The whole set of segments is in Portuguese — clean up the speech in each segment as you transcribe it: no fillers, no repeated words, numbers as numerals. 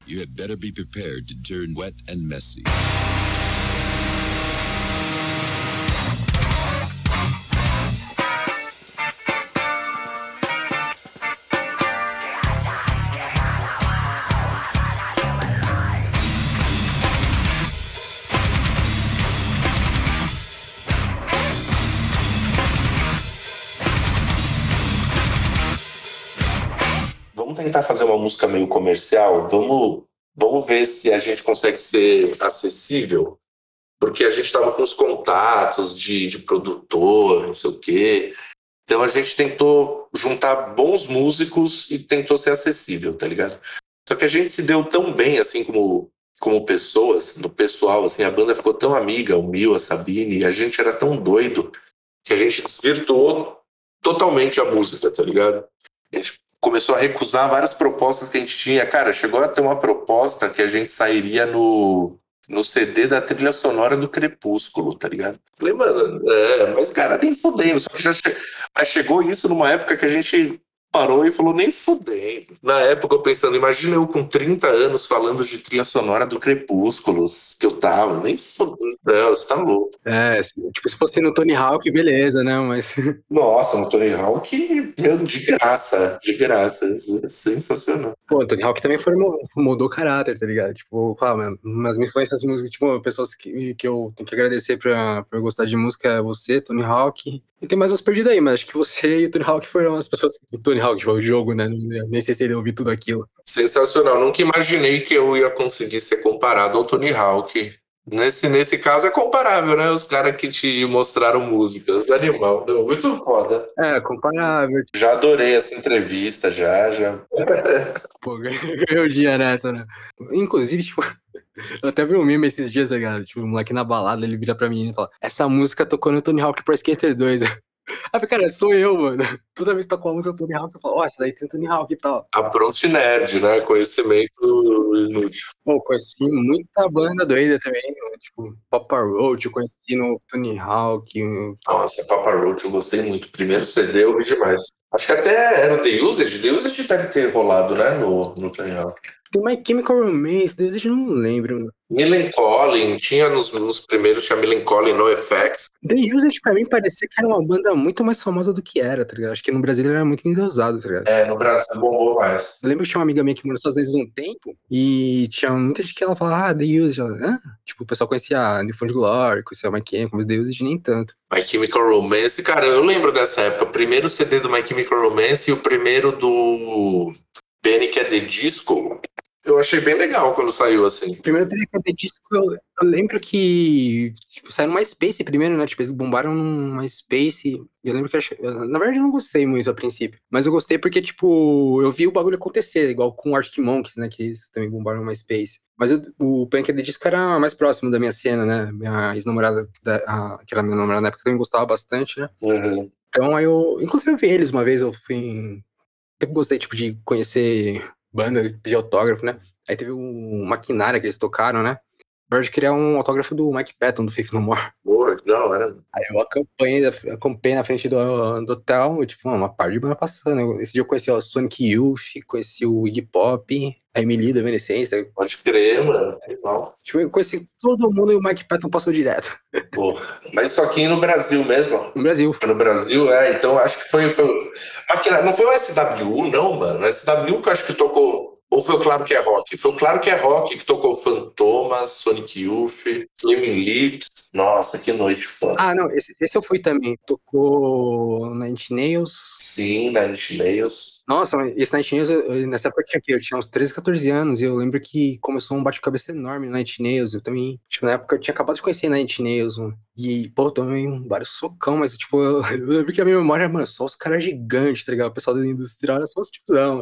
You had better be prepared to turn wet and messy. Vamos tentar fazer uma música meio comercial? Vamos ver se a gente consegue ser acessível, porque a gente estava com os contatos de produtor, não sei o quê. Então a gente tentou juntar bons músicos e tentou ser acessível, tá ligado? Só que a gente se deu tão bem, assim, como pessoas, no pessoal, assim, a banda ficou tão amiga, o Mil, a Sabine, e a gente era tão doido que a gente desvirtuou totalmente a música, tá ligado? A gente começou a recusar várias propostas que a gente tinha. Cara, chegou a ter uma proposta que a gente sairia no CD da trilha sonora do Crepúsculo, tá ligado? Falei, mano, mas cara, nem fudendo. Só que mas chegou isso numa época que a gente parou e falou, nem fudendo. Na época eu pensando, imagina eu com 30 anos falando de trilha sonora do Crepúsculos, que eu tava, nem fudendo. Não, você tá louco. Tipo, se fosse no Tony Hawk, beleza, né? Mas. Nossa, no Tony Hawk, meu, de graça, é sensacional. Pô, o Tony Hawk também mudou o caráter, tá ligado? Tipo, mano, umas minhas influências músicas, tipo, pessoas que eu tenho que agradecer pra eu gostar de música é você, Tony Hawk. E tem mais uns perdidos aí, mas acho que você e o Tony Hawk foram as pessoas. O Tony Hawk, tipo, o jogo, né? Nem sei se ele ouviu tudo aquilo. Sensacional. Nunca imaginei que eu ia conseguir ser comparado ao Tony Hawk. Nesse caso é comparável, né? Os caras que te mostraram músicas. Animal. Não, muito foda. É, comparável. Já adorei essa entrevista, já. Pô, ganhou o dia nessa, né? Inclusive, tipo, eu até vi um meme esses dias, tá ligado? Tipo, o moleque na balada, ele vira pra mim e fala: essa música tocou no Tony Hawk Pro Skater 2. Aí, cara, sou eu, mano. Toda vez que toco uma música do Tony Hawk, eu falo: ó, essa daí tem o Tony Hawk e tal. Apronte nerd, né? Conhecimento inútil. Pô, conheci muita banda doida também, né? Tipo, Papa Roach, eu conheci no Tony Hawk. Nossa, Papa Roach eu gostei muito. Primeiro CD eu vi demais. Acho que até era o The Used. The Used deve ter rolado, né? No Tony Hawk. Tem My Chemical Romance, Deus, eu não lembro. Millencolin, tinha nos primeiros, tinha Millencolin, NoFX. The Used pra mim parecia que era uma banda muito mais famosa do que era, tá ligado? Acho que no Brasil ele era muito endeusado, tá ligado? No Brasil bombou mais. Eu lembro que tinha uma amiga minha que morou nos Estados Unidos um tempo e tinha muita gente que ela falava, The Used. Hã? Tipo, o pessoal conhecia New Found Glory, conhecia My Chemical, mas The Used nem tanto. My Chemical Romance, cara, eu lembro dessa época. O primeiro CD do My Chemical Romance e o primeiro do Panic! At the Disco. Eu achei bem legal quando saiu assim. O primeiro DVD disco, eu lembro que tipo, saiu no MySpace primeiro, né? Tipo, eles bombaram no MySpace. Eu lembro que na verdade eu não gostei muito a princípio. Mas eu gostei porque, tipo, eu vi o bagulho acontecer, igual com o Arctic Monkeys, né? Que eles também bombaram no MySpace. Mas o Panic! At the Disco era mais próximo da minha cena, né? Minha ex-namorada, que era minha namorada na época, também gostava bastante, né? Uhum. Então aí eu. Inclusive eu vi eles uma vez, eu fui. Sempre gostei, tipo, de conhecer banda, pedir autógrafo, né? Aí teve um Maquinária que eles tocaram, né? Na verdade, queria um autógrafo do Mike Patton, do Faith No More. Boa, que da hora. Aí eu acompanhei na frente do hotel, tipo, uma par de banda passando. Esse dia eu conheci o Sonic Youth, conheci o Iggy Pop, a Emily da Evanescence. Pode crer, mano. Legal. Tipo, eu conheci todo mundo e o Mike Patton passou direto. Pô, mas isso aqui no Brasil mesmo? No Brasil. No Brasil, então acho que foi. Não foi o SWU, não, mano. O SWU que eu acho que tocou. Ou foi o Claro Que É Rock? Foi o Claro Que É Rock que tocou Fantomas, Sonic Youth, Flaming Lips. Nossa, que noite foda. Ah, não, esse eu fui também. Tocou Nine Inch Nails. Sim, Nine Inch Nails. Nossa, esse Nine Inch Nails, nessa época eu tinha uns 13, 14 anos, e eu lembro que começou um bate-cabeça enorme no Nine Inch Nails. Eu também, tipo, na época eu tinha acabado de conhecer Nine Inch Nails, mano. E, pô, tomei vários socão, mas, tipo, eu lembro que a minha memória, mano, só os caras gigantes, tá ligado? O pessoal da industrial era só os tiozão.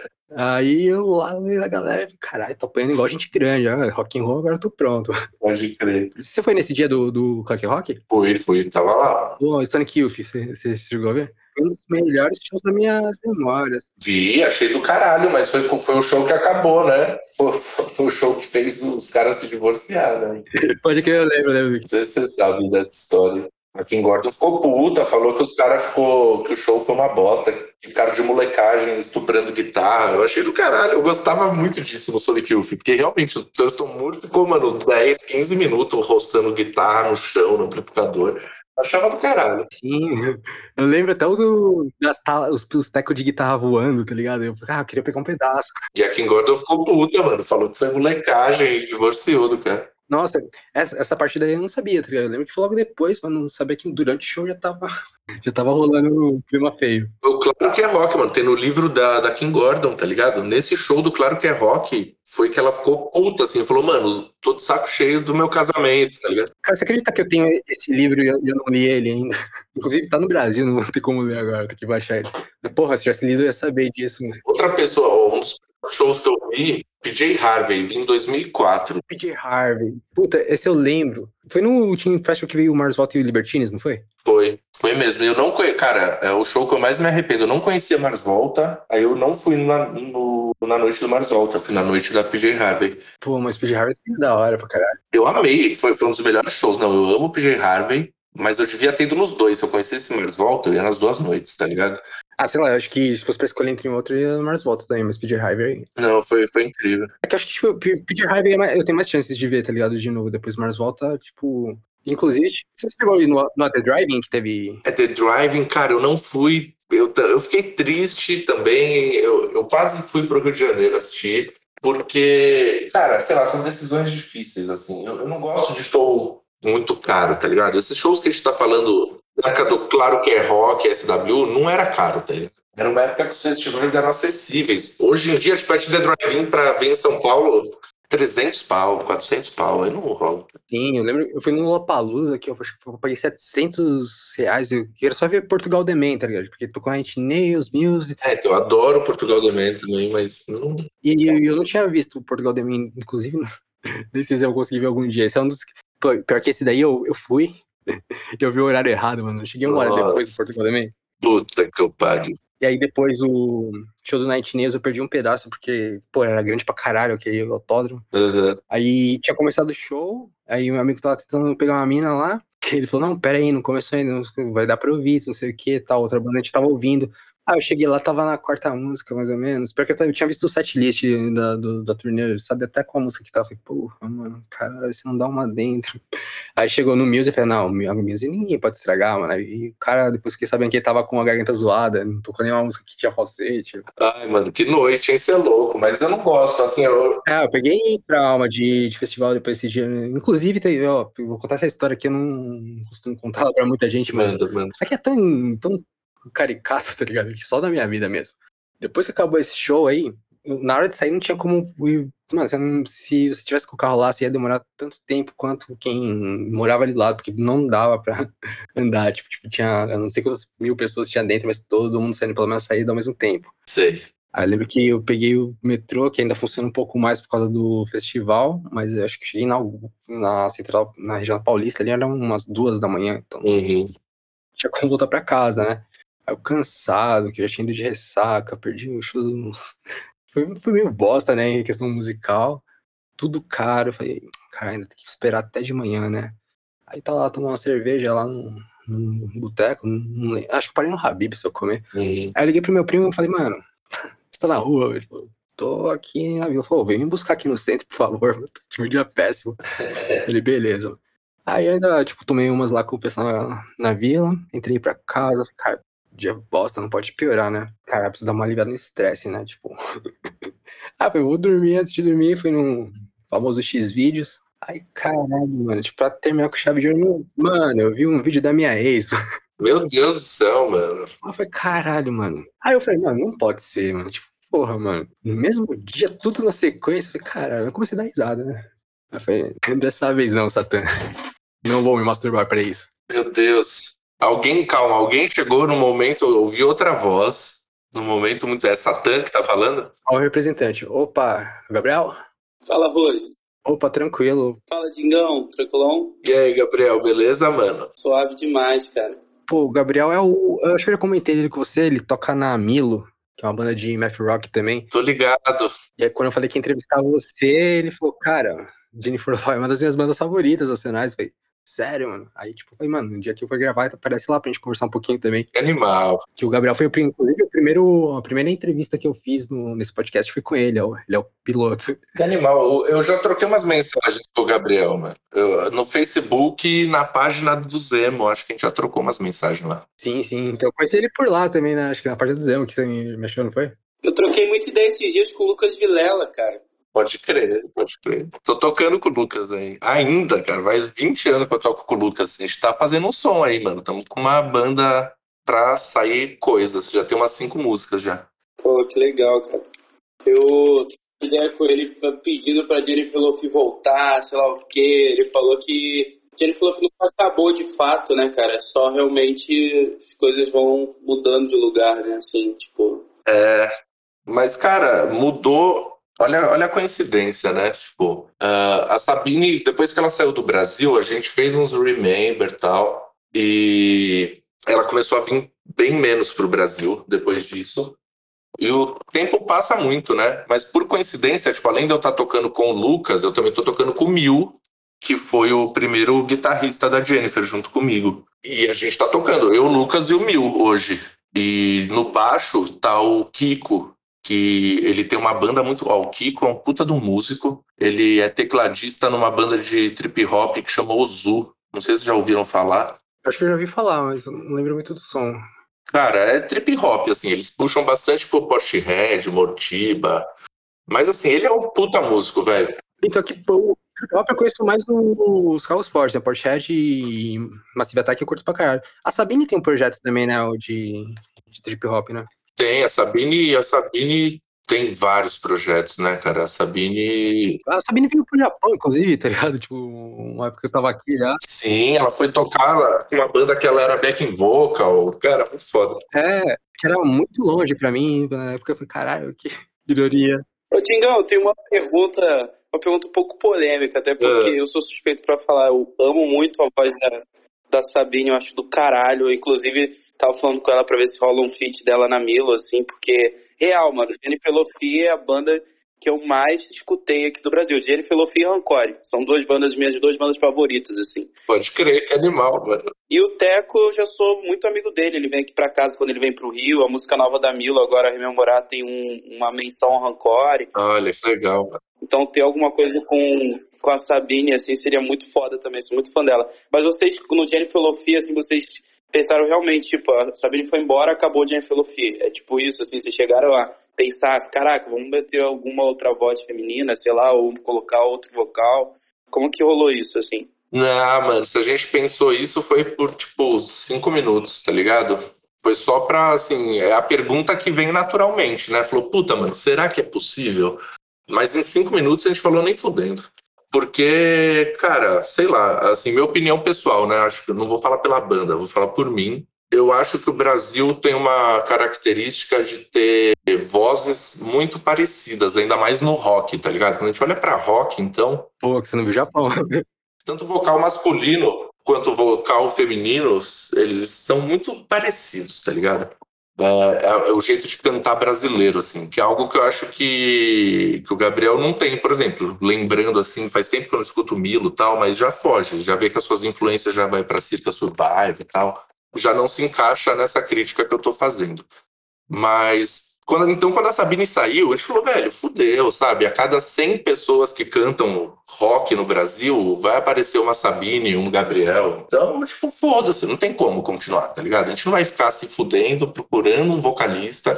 Aí eu lá no meio da galera, caralho, tô apanhando igual gente grande, rock and roll, agora eu tô pronto. Pode crer. Você foi nesse dia do Clark Rock? Fui, tava lá. Pô, Sonic Youth, você chegou a ver? Foi um dos melhores shows das minhas memórias. Vi, achei do caralho, mas foi o show que acabou, né? Foi o show que fez os caras se divorciar, né? Pode que eu lembro. Não sei se você sabe dessa história. A Kim Gordon ficou puta, falou que os caras ficou que o show foi uma bosta, que ficaram de molecagem estuprando guitarra. Eu achei do caralho, eu gostava muito disso no Sonic Youth, porque realmente o Thurston Moore ficou, mano, 10, 15 minutos roçando guitarra no chão, no amplificador. Eu achava do caralho. Sim, eu lembro até os tecos de guitarra voando, tá ligado? Eu queria pegar um pedaço. E a Kim Gordon ficou puta, mano, falou que foi molecagem e divorciou do cara. Nossa, essa parte daí eu não sabia, tá ligado? Eu lembro que foi logo depois, mas não sabia que durante o show já tava rolando um clima feio. O Claro que é Rock, mano, tem no livro da Kim Gordon, tá ligado? Nesse show do Claro que é Rock, foi que ela ficou puta, assim, falou, mano, tô de saco cheio do meu casamento, tá ligado? Cara, você acredita que eu tenho esse livro e eu não li ele ainda? Inclusive tá no Brasil, não tem como ler agora, tem que baixar ele. Mas, porra, se tivesse lido eu ia saber disso. Outra pessoa, um dos shows que eu vi, PJ Harvey, vim em 2004. PJ Harvey. Puta, esse eu lembro. Foi no último festival que veio o Mars Volta e o Libertines, não foi? Foi mesmo. Eu não conheço, cara, é o show que eu mais me arrependo. Eu não conhecia Mars Volta, aí eu não fui na noite do Mars Volta, fui na noite da PJ Harvey. Pô, mas PJ Harvey é da hora pra caralho. Eu amei, foi um dos melhores shows. Não, eu amo o PJ Harvey, mas eu devia ter ido nos dois. Se eu conhecesse Mars Volta, eu ia nas duas noites, tá ligado? Ah, sei lá, eu acho que se fosse pra escolher entre um outro, eu ia no Mars Volta também, mas PJ Harvey. Não, foi incrível. É que eu acho que, tipo, PJ Harvey eu tenho mais chances de ver, tá ligado? De novo, depois Mars Volta, tipo. Inclusive, você chegou aí no The Driving que teve. É The Driving, cara, eu não fui. Eu fiquei triste também. Eu quase fui pro Rio de Janeiro assistir, porque, cara, sei lá, são decisões difíceis, assim. Eu não gosto de show muito caro, tá ligado? Esses shows que a gente tá falando, na época do Claro que é Rock, SW, não era caro, tá ligado? Era uma época que os festivais eram acessíveis. Hoje em dia, a gente pede The Drive-In pra ver em São Paulo, 300 pau, 400 pau, aí não rola. Sim, eu lembro, eu fui no Lollapalooza que eu acho que eu paguei R$ 700. Eu queria só ver Portugal The Man, tá ligado? Porque tocou a gente Nails, Muse. Eu adoro Portugal do Man também, mas não. E eu não tinha visto o Portugal The Man, inclusive, nem sei se eu consegui ver algum dia. Esse é um dos. Pô, pior que esse daí eu fui. Eu vi o horário errado, mano. Eu cheguei uma hora depois do Portugal The Man. Puta que eu pariu. E aí depois o show do Night Nails eu perdi um pedaço, porque, pô, era grande pra caralho, eu queria o autódromo. Uhum. Aí tinha começado o show, aí o meu amigo tava tentando pegar uma mina lá, que ele falou, não, pera aí, não começou ainda, vai dar pra ouvir, não sei o que, tal, outra banda a gente tava ouvindo. Aí eu cheguei lá, tava na quarta música, mais ou menos, pior que eu tinha visto o setlist da turnê, sabe até qual música que tava, falei, porra, mano, caralho, você não dá uma dentro. Aí chegou no Muse e falei, não, a Muse ninguém pode estragar, mano. Aí o cara, depois fiquei sabendo que ele tava com a garganta zoada, não tocou nenhuma música que tinha falsete. Ai, mano, que noite, hein? Você é louco, mas eu não gosto, assim, Eu peguei trauma de festival depois desse dia. Inclusive, ó, eu vou contar essa história aqui, eu não costumo contar ela pra muita gente, mas manda. aqui é tão caricato, tá ligado? Que só da minha vida mesmo. Depois que acabou esse show aí, na hora de sair não tinha como ir. Mano, se você tivesse com o carro lá, você ia demorar tanto tempo quanto quem morava ali do lado, porque não dava pra andar. Tipo, tinha, eu não sei quantas mil pessoas tinha dentro, mas todo mundo saindo pelo menos saída ao mesmo tempo. Sei. Aí eu lembro que eu peguei o metrô, que ainda funciona um pouco mais por causa do festival, mas eu acho que cheguei na central, na região paulista, ali eram umas 2 da manhã, então tinha como voltar pra casa, né? Aí eu cansado, que eu já tinha ido de ressaca, perdi o show. Foi meio bosta, né, em questão musical, tudo caro, eu falei, cara, ainda tem que esperar até de manhã, né? Aí tá lá, tomando uma cerveja lá no boteco, acho que eu parei no Habib's pra comer. Aí eu liguei pro meu primo e falei, mano, você tá na rua? Ele falou, tô aqui na vila. Falou, vem me buscar aqui no centro, por favor. Tive um dia péssimo. Ele, beleza. Aí ainda, tipo, tomei umas lá com o pessoal na vila, entrei pra casa, cara, dia bosta, não pode piorar, né? Cara, precisa dar uma aliviada no estresse, né? Tipo, falei, vou dormir antes de dormir, fui no famoso X-Vídeos. Aí, caralho, mano, tipo, pra terminar com chave de ouro, mano, eu vi um vídeo da minha ex. Meu Deus do céu, mano. Aí eu falei, caralho, mano. Aí eu falei, mano, não pode ser, mano. Tipo, porra, mano. No mesmo dia, tudo na sequência. Eu falei, caralho, eu comecei a dar risada, né? Aí eu falei, dessa vez não, Satã. Não vou me masturbar pra isso. Meu Deus. Calma, alguém chegou no momento, eu ouvi outra voz, no momento muito. É Satã que tá falando? Ó, o representante. Opa, Gabriel? Fala, Rose. Opa, tranquilo. Fala, Dingão, tranquilão? E aí, Gabriel, beleza, mano? Suave demais, cara. Pô, o Gabriel é o. Eu acho que eu já comentei dele com você, ele toca na Milo, que é uma banda de math rock também. Tô ligado. E aí, quando eu falei que ia entrevistar você, ele falou, cara, Jennifer Lopez é uma das minhas bandas favoritas nacionais. Eu falei, Sério, mano. Aí, tipo, eu falei, mano, no dia que eu for gravar, aparece lá pra gente conversar um pouquinho também. Que animal. Que o Gabriel foi, inclusive, a primeira entrevista que eu fiz nesse podcast foi com ele, ele é o piloto. Que animal. Eu já troquei umas mensagens com o Gabriel, mano. No Facebook, na página do Zemo, acho que a gente já trocou umas mensagens lá. Sim, sim. Então eu conheci ele por lá também, né? Acho que na parte do Zemo que você me mexeu, não foi? Eu troquei muita ideia esses dias com o Lucas Vilela, cara. Pode crer, pode crer. Tô tocando com o Lucas aí. Ainda, cara, faz 20 anos que eu toco com o Lucas. A gente tá fazendo um som aí, mano. Estamos com uma banda pra sair coisas. Já tem umas 5 músicas já. Pô, que legal, cara. Eu tive ideia com ele pedindo pra Jennifer Lopez voltar, sei lá o quê. Ele falou que Jennifer Lopez não acabou de fato, né, cara? É só realmente as coisas vão mudando de lugar, né? Assim, tipo... Mas, cara, mudou. Olha a coincidência, né? Tipo, a Sabine, depois que ela saiu do Brasil, a gente fez uns Remember e tal. E ela começou a vir bem menos pro Brasil depois disso. E o tempo passa muito, né? Mas por coincidência, tipo, além de eu estar tocando com o Lucas, eu também tô tocando com o Mil, que foi o primeiro guitarrista da Jennifer junto comigo. E a gente tá tocando, eu, o Lucas e o Mil hoje. E no baixo tá o Kiko, que ele tem uma banda muito... Ó, o Kiko é um puta de um músico. Ele é tecladista numa banda de trip hop que chama Ozu. Não sei se já ouviram falar. Acho que eu já ouvi falar, mas eu não lembro muito do som. Cara, é trip hop, assim. Eles puxam bastante pro Portishead, Mortiba. Mas assim, ele é um puta músico, velho. Então aqui, o trip hop eu conheço mais os carros fortes, né? Portishead e Massive Attack eu curto pra caralho. A Sabine tem um projeto também, né? O de trip hop, né? Tem, a Sabine tem vários projetos, né, cara? A Sabine... A Sabine veio pro Japão, inclusive, tá ligado? Tipo, uma época que eu tava aqui já. Sim, ela foi tocar com uma banda que ela era backing vocal. Cara, muito foda. É, que era muito longe pra mim. Na época eu falei, caralho, que ironia. Ô, Dingão, eu tenho uma pergunta um pouco polêmica, até porque eu sou suspeito pra falar. Eu amo muito a voz da Sabine, eu acho do caralho. Inclusive, tava falando com ela pra ver se rola um feat dela na Milo, assim, porque, real, mano, Jennifer Lopez é a banda que eu mais escutei aqui do Brasil. Jennifer Lopez e Rancore. São minhas duas bandas favoritas, assim. Pode crer, que animal, mano. E o Teco, eu já sou muito amigo dele. Ele vem aqui pra casa quando ele vem pro Rio. A música nova da Milo, agora Rememorar, tem uma menção ao Rancore. Olha, que legal, mano. Então ter alguma coisa com a Sabine, assim, seria muito foda também. Sou muito fã dela. Mas vocês, no Jennifer Lopez, assim, vocês pensaram realmente, tipo, a Sabine foi embora, acabou o Jennifer Lopez. É tipo isso, assim, vocês chegaram a pensar, caraca, vamos meter alguma outra voz feminina, sei lá, ou colocar outro vocal. Como que rolou isso, assim? Não, mano, se a gente pensou isso foi por, tipo, 5 minutos, tá ligado? Foi só pra, assim, é a pergunta que vem naturalmente, né? Falou, puta, mano, será que é possível? Mas em 5 minutos a gente falou nem fudendo. Porque, cara, sei lá, assim, minha opinião pessoal, né? Acho que eu não vou falar pela banda, vou falar por mim. Eu acho que o Brasil tem uma característica de ter vozes muito parecidas, ainda mais no rock, tá ligado? Quando a gente olha pra rock, então, Pô, que você não viu o Japão. tanto o vocal masculino quanto o vocal feminino, eles são muito parecidos, tá ligado? É o jeito de cantar brasileiro, assim, que é algo que eu acho que o Gabriel não tem, por exemplo, lembrando, assim, faz tempo que eu não escuto o Milo e tal, mas já foge, já vê que as suas influências já vai pra Circa Survive e tal, já não se encaixa nessa crítica que eu tô fazendo. Mas, quando a Sabine saiu, a gente falou, velho, fudeu, sabe? A cada 100 pessoas que cantam rock no Brasil, vai aparecer uma Sabine, um Gabriel. Então, tipo, foda-se, não tem como continuar, tá ligado? A gente não vai ficar se fudendo, procurando um vocalista.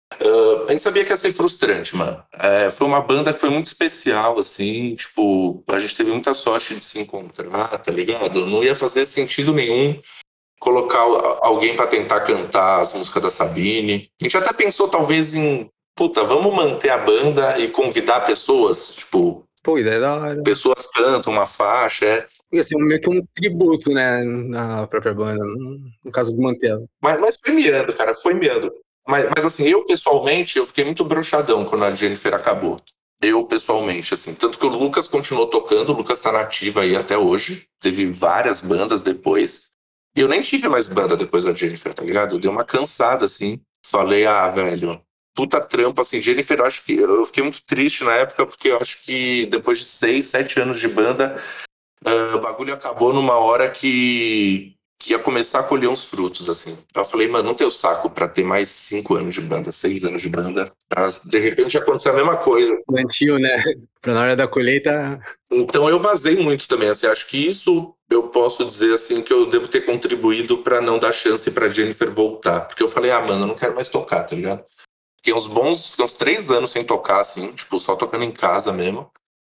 A gente sabia que ia ser frustrante, mano. Foi uma banda que foi muito especial, assim, tipo, a gente teve muita sorte de se encontrar, tá ligado? Não ia fazer sentido nenhum colocar alguém para tentar cantar as músicas da Sabine. A gente até pensou, talvez, em... Puta, vamos manter a banda e convidar pessoas. Tipo, Pô, ideia da hora. pessoas cantam uma faixa. Ia ser meio que um tributo, né? Na própria banda, no caso do Mantela. Mas foi miando, cara, foi miando. Mas assim, eu pessoalmente, eu fiquei muito broxadão quando a Jennifer acabou. Eu pessoalmente, assim. Tanto que o Lucas continuou tocando, o Lucas tá nativa aí até hoje. Teve várias bandas depois. E eu nem tive mais banda depois da Jennifer, tá ligado? Eu dei uma cansada, assim. Falei, velho, puta trampa, assim. Jennifer, eu acho que... Eu fiquei muito triste na época, porque eu acho que depois de 6, 7 anos de banda, o bagulho acabou numa hora que ia começar a colher uns frutos, assim. Eu falei, mano, não tenho saco pra ter mais 5 anos de banda, 6 anos de banda, pra de repente acontecer a mesma coisa. Plantio, né? Pra na hora da colheita. Então eu vazei muito também, assim, acho que isso eu posso dizer, assim, que eu devo ter contribuído pra não dar chance pra Jennifer voltar. Porque eu falei, mano, eu não quero mais tocar, tá ligado? Fiquei uns 3 anos sem tocar, assim, tipo, só tocando em casa mesmo.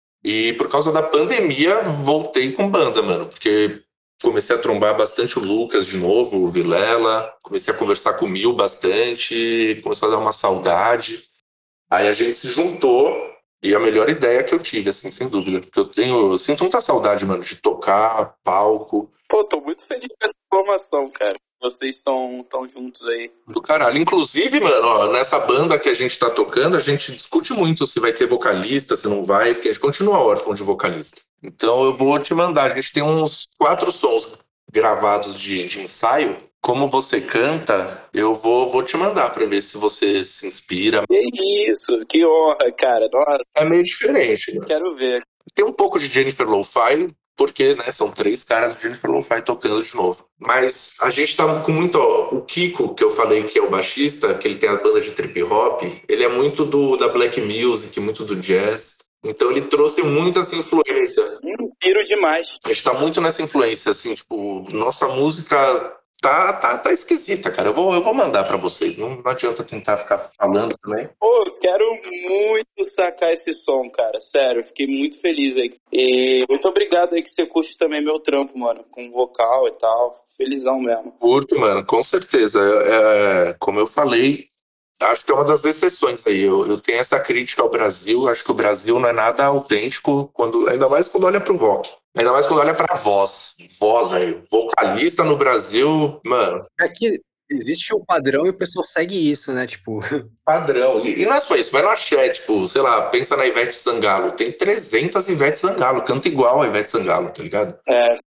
E por causa da pandemia, voltei com banda, mano. Porque comecei a trombar bastante o Lucas de novo, o Vilela. Comecei a conversar com o Mil bastante. Começou a dar uma saudade. Aí a gente se juntou. E a melhor ideia que eu tive, assim, sem dúvida. Porque eu sinto muita saudade, mano, de tocar, palco. Pô, tô muito feliz com essa informação, cara. Vocês estão juntos aí. Do caralho. Inclusive, mano, ó, nessa banda que a gente tá tocando, a gente discute muito se vai ter vocalista, se não vai, porque a gente continua órfão de vocalista. Então eu vou te mandar. A gente tem uns 4 sons gravados de ensaio. Como você canta, eu vou te mandar pra ver se você se inspira. Que isso, que honra, cara. Nossa, É meio diferente, mano. quero ver. Tem um pouco de Jennifer Lo-Fi, porque, né, são 3 caras de Jennifer Lo-Fi tocando de novo. Mas a gente tá com muito, ó, o Kiko, que eu falei que é o baixista, que ele tem a banda de trip hop, ele é muito da black music, muito do jazz. Então ele trouxe muito essa influência. Piro demais. A gente tá muito nessa influência, assim, tipo, nossa música tá esquisita, cara. Eu vou mandar pra vocês, não adianta tentar ficar falando também. Pô, eu quero muito sacar esse som, cara. Sério, fiquei muito feliz aí. E muito obrigado aí que você curte também meu trampo, mano, com vocal e tal. Felizão mesmo. Curto, mano, com certeza. Como eu falei, acho que é uma das exceções aí. Eu tenho essa crítica ao Brasil. Acho que o Brasil não é nada autêntico, ainda mais quando olha pro rock. Ainda mais quando olha pra voz. Voz, velho. Vocalista no Brasil, mano. Aqui existe um padrão e o pessoal segue isso, né? Tipo, Padrão. E não é só isso, vai no axé, tipo, sei lá, pensa na Ivete Sangalo. Tem 300 Ivete Sangalo, canta igual a Ivete Sangalo, tá ligado?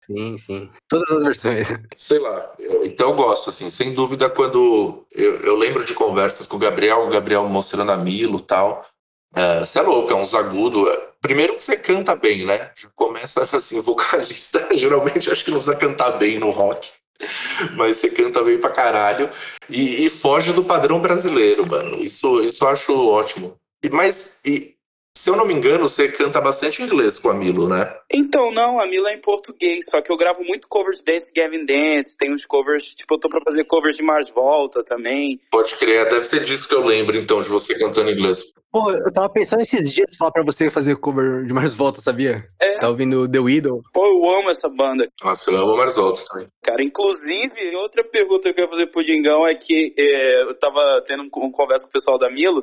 sim. Todas as versões. Sei lá, então eu gosto, assim, sem dúvida, quando eu lembro de conversas com o Gabriel mostrando a Milo e tal. Você é louco, é uns agudos. Primeiro que você canta bem, né? Já começa assim, vocalista, geralmente acho que não precisa cantar bem no rock. Mas você canta bem pra caralho e foge do padrão brasileiro, mano. Isso eu acho ótimo. Mas, se eu não me engano, você canta bastante inglês com a Milo, né? Então, não, a Mila é em português, só que eu gravo muito covers de Dance Gavin Dance, tem uns covers, tipo, eu tô pra fazer covers de Mars Volta também. Pode crer, deve ser disso que eu lembro, então, de você cantando inglês. Pô, eu tava pensando esses dias falar pra você fazer cover de Mars Volta, sabia? Tá ouvindo The Widow? Pô, eu amo essa banda. Nossa, eu amo Mars Volta também. Cara, inclusive, outra pergunta que eu ia fazer pro Dingão é que eu tava tendo uma conversa com o pessoal da Milo,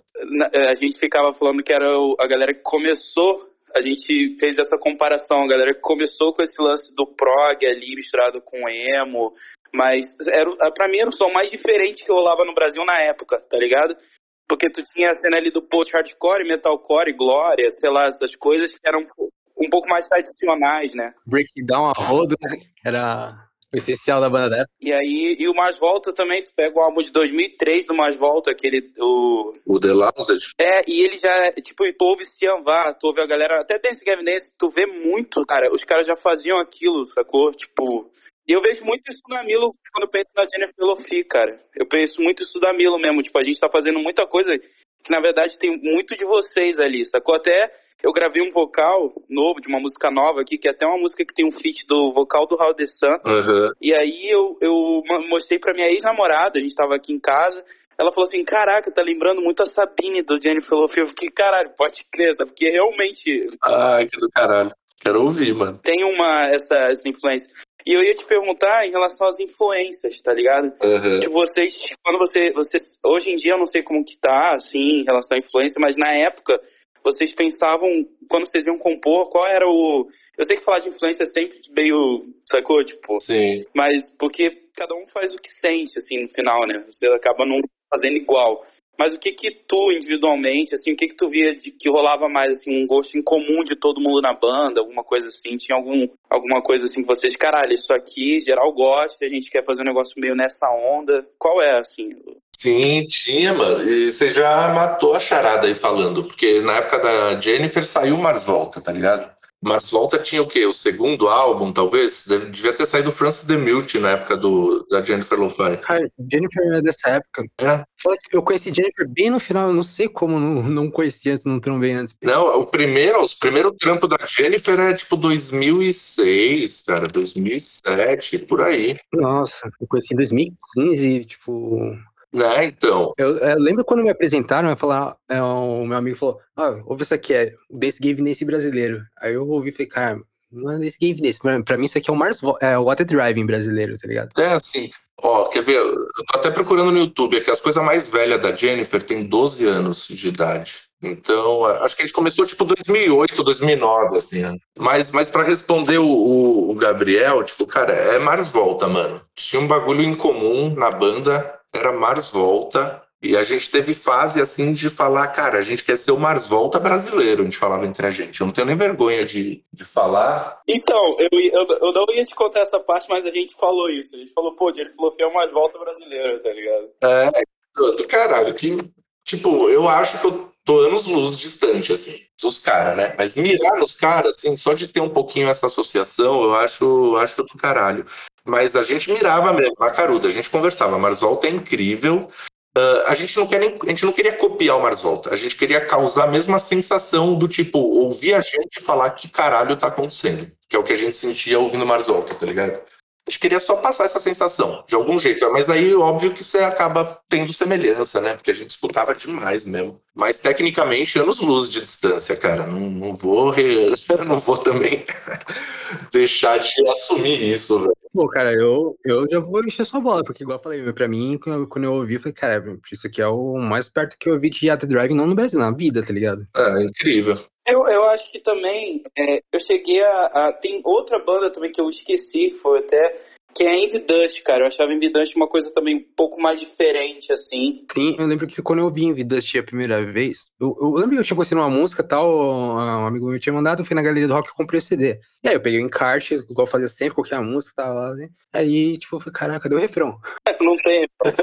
a gente ficava falando que era a galera que começou, a gente fez essa comparação, a galera que começou com esse lance do prog ali misturado com emo, mas pra mim era o som mais diferente que rolava no Brasil na época, tá ligado? Porque tu tinha a cena ali do post-hardcore, metalcore, glória, sei lá, essas coisas que eram um pouco mais tradicionais, né? Breakdown a rodo, era o essencial da banda dela. E aí, o Mars Volta também, tu pega o álbum de 2003 do Mars Volta, o The Lancet. E ele já, tipo, tu ouve Cianvar, tu ouve a galera, até Dance Gavin Dance, tu vê muito, cara, os caras já faziam aquilo, sacou? Tipo, e eu vejo muito isso na Milo quando eu penso na Jennifer Lo-Fi, cara. Eu penso muito isso da Milo mesmo, tipo, a gente tá fazendo muita coisa que, na verdade, tem muito de vocês ali, sacou? Até eu gravei um vocal novo, de uma música nova aqui, que é até uma música que tem um feat do vocal do Raul de Sun. E aí eu mostrei pra minha ex-namorada, a gente tava aqui em casa, ela falou assim, caraca, tá lembrando muito a Sabine do Jennifer Lo-Fi. Eu fiquei, caralho, pode crer, sabe? Porque realmente... Ai, que do caralho. Quero ouvir, mano. Tem essa influência. E eu ia te perguntar em relação às influências, tá ligado? De vocês, quando vocês... Hoje em dia eu não sei como que tá, assim, em relação à influência, mas na época... Vocês pensavam, quando vocês iam compor, qual era o... Eu sei que falar de influência é sempre meio, sacou? Tipo, sim. Mas porque cada um faz o que sente, assim, no final, né? Você acaba não fazendo igual. Mas o que tu, individualmente, assim, o que tu via de que rolava mais, assim, um gosto em comum de todo mundo na banda, alguma coisa assim? Tinha alguma coisa assim que vocês, caralho, isso aqui, geral gosta, a gente quer fazer um negócio meio nessa onda. Qual é, assim... Sim, tinha, mano. E você já matou a charada aí falando, porque na época da Jennifer saiu Mars Volta, tá ligado? Mars Volta tinha o quê? O segundo álbum, talvez? Devia ter saído Francis DeMille na época da Jennifer Lo-Fi. Cara, Jennifer é dessa época. É. Eu conheci Jennifer bem no final, eu não sei como não conheci antes, não trombei antes. Não, os primeiros trampos da Jennifer é tipo 2006, cara, 2007, por aí. Nossa, eu conheci em 2015, tipo... Né, então. Eu lembro quando me apresentaram, o meu amigo falou, ouve isso aqui, é o Dance Gave Nesse brasileiro. Aí eu ouvi e falei, cara, não é Dance Gave Nesse, pra mim isso aqui é o What the Driving brasileiro, tá ligado? É assim, ó, quer ver? Eu tô até procurando no YouTube, é que as coisas mais velhas da Jennifer tem 12 anos de idade. Então, acho que a gente começou tipo 2008, 2009, assim. Né? Mas para responder o Gabriel, tipo, cara, é Mars Volta, mano. Tinha um bagulho em comum na banda, era Mars Volta. E a gente teve fase, assim, de falar, cara, a gente quer ser o Mars Volta brasileiro, a gente falava entre a gente. Eu não tenho nem vergonha de falar. Então, eu não ia te contar essa parte, mas a gente falou isso. A gente falou, pô, ele falou que é o Mars Volta brasileiro, tá ligado? Do caralho, que, tipo, eu acho que eu tô anos-luz distante, assim, dos caras, né? Mas mirar nos caras, assim, só de ter um pouquinho essa associação, eu acho do caralho. Mas a gente mirava mesmo, na caruda, a gente conversava, Mars Volta é incrível. A gente não queria copiar o Mars Volta, a gente queria causar a mesma sensação do tipo, ouvir a gente falar que caralho tá acontecendo, que é o que a gente sentia ouvindo Mars Volta, tá ligado? A gente queria só passar essa sensação, de algum jeito. Mas aí, óbvio que você acaba tendo semelhança, né? Porque a gente escutava demais mesmo. Mas, tecnicamente, anos-luz de distância, cara. Não vou também deixar de assumir isso, velho. Pô, cara, eu já vou encher sua bola, porque igual eu falei, pra mim, quando eu ouvi, eu falei, cara, isso aqui é o mais perto que eu ouvi de Yacht Driving, não no Brasil, na vida, tá ligado? É incrível. Eu acho que também, eu cheguei tem outra banda também que eu esqueci, foi até, que é a Envy Dust, cara. Eu achava Envy Dust uma coisa também um pouco mais diferente, assim. Sim, eu lembro que quando eu ouvi Envy Dust a primeira vez, eu lembro que eu tinha conhecido uma música tal, um amigo meu tinha mandado, eu fui na galeria do rock e comprei o CD. E aí eu peguei o encarte, igual eu fazia sempre, coloquei a música, tava lá, assim. Aí, tipo, eu falei, caraca, cadê o refrão? Não tem.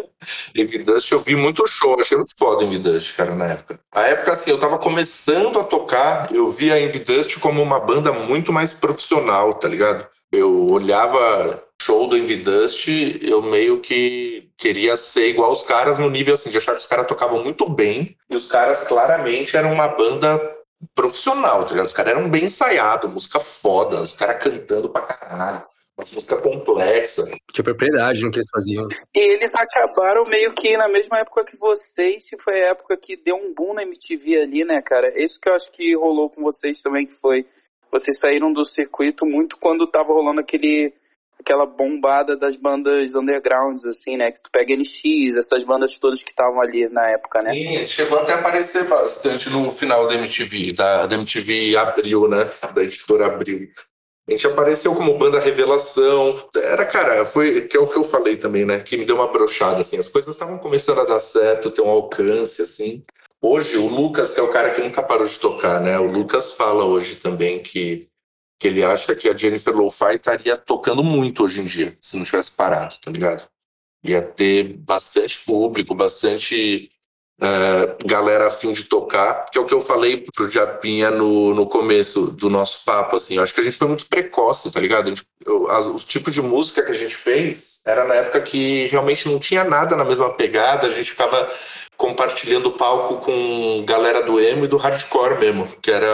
Envy Dust, eu vi muito show, achei muito foda Envy Dust, cara, na época. A época, assim, eu tava começando a tocar, eu via a Envy Dust como uma banda muito mais profissional, tá ligado? Eu olhava show do Envy Dust, eu meio que queria ser igual os caras no nível, assim, de achar que os caras tocavam muito bem, e os caras claramente eram uma banda profissional, tá ligado? Os caras eram bem ensaiados, música foda, os caras cantando pra caralho. Uma música complexa. Tinha propriedade no que eles faziam. E eles acabaram meio que na mesma época que vocês, que foi a época que deu um boom na MTV ali, né, cara? É isso que eu acho que rolou com vocês também, que foi... Vocês saíram do circuito muito quando tava rolando aquela bombada das bandas undergrounds, assim, né? Que tu pega NX, essas bandas todas que estavam ali na época, né? Sim, chegou até a aparecer bastante no final da MTV, da MTV Abril, né? Da editora Abril. A gente apareceu como banda revelação. Cara, que é o que eu falei também, né? Que me deu uma brochada, assim. As coisas estavam começando a dar certo, ter um alcance, assim. Hoje, o Lucas, que é o cara que nunca parou de tocar, né? O Lucas fala hoje também que ele acha que a Jennifer Lo-Fi estaria tocando muito hoje em dia, se não tivesse parado, tá ligado? Ia ter bastante público, bastante galera a fim de tocar, que é o que eu falei pro Japinha no começo do nosso papo, assim, eu acho que a gente foi muito precoce, tá ligado? Os tipos de música que a gente fez era na época que realmente não tinha nada na mesma pegada, a gente ficava compartilhando palco com galera do emo e do hardcore mesmo, que era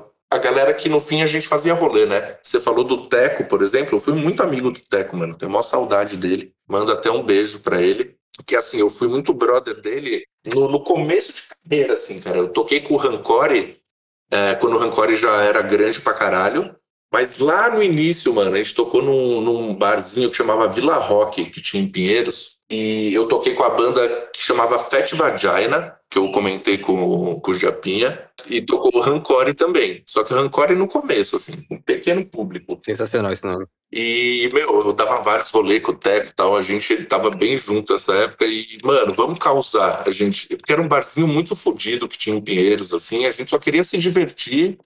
a galera que no fim a gente fazia rolê, né? Você falou do Teco, por exemplo, eu fui muito amigo do Teco, mano, tenho a maior saudade dele, mando até um beijo pra ele. Que assim, eu fui muito brother dele no começo de carreira, assim, cara. Eu toquei com o Rancore, quando o Rancore já era grande pra caralho. Mas lá no início, mano, a gente tocou num barzinho que chamava Vila Rock, que tinha em Pinheiros. E eu toquei com a banda que chamava Fat Vagina, que eu comentei com o Japinha. E tocou o Rancore também. Só que o Rancore no começo, assim, um pequeno público. Sensacional esse nome. E, meu, eu dava vários rolês com o Teco e tal, a gente tava bem junto nessa época e, mano, vamos causar. Porque era um barzinho muito fodido que tinha em Pinheiros, assim, a gente só queria se divertir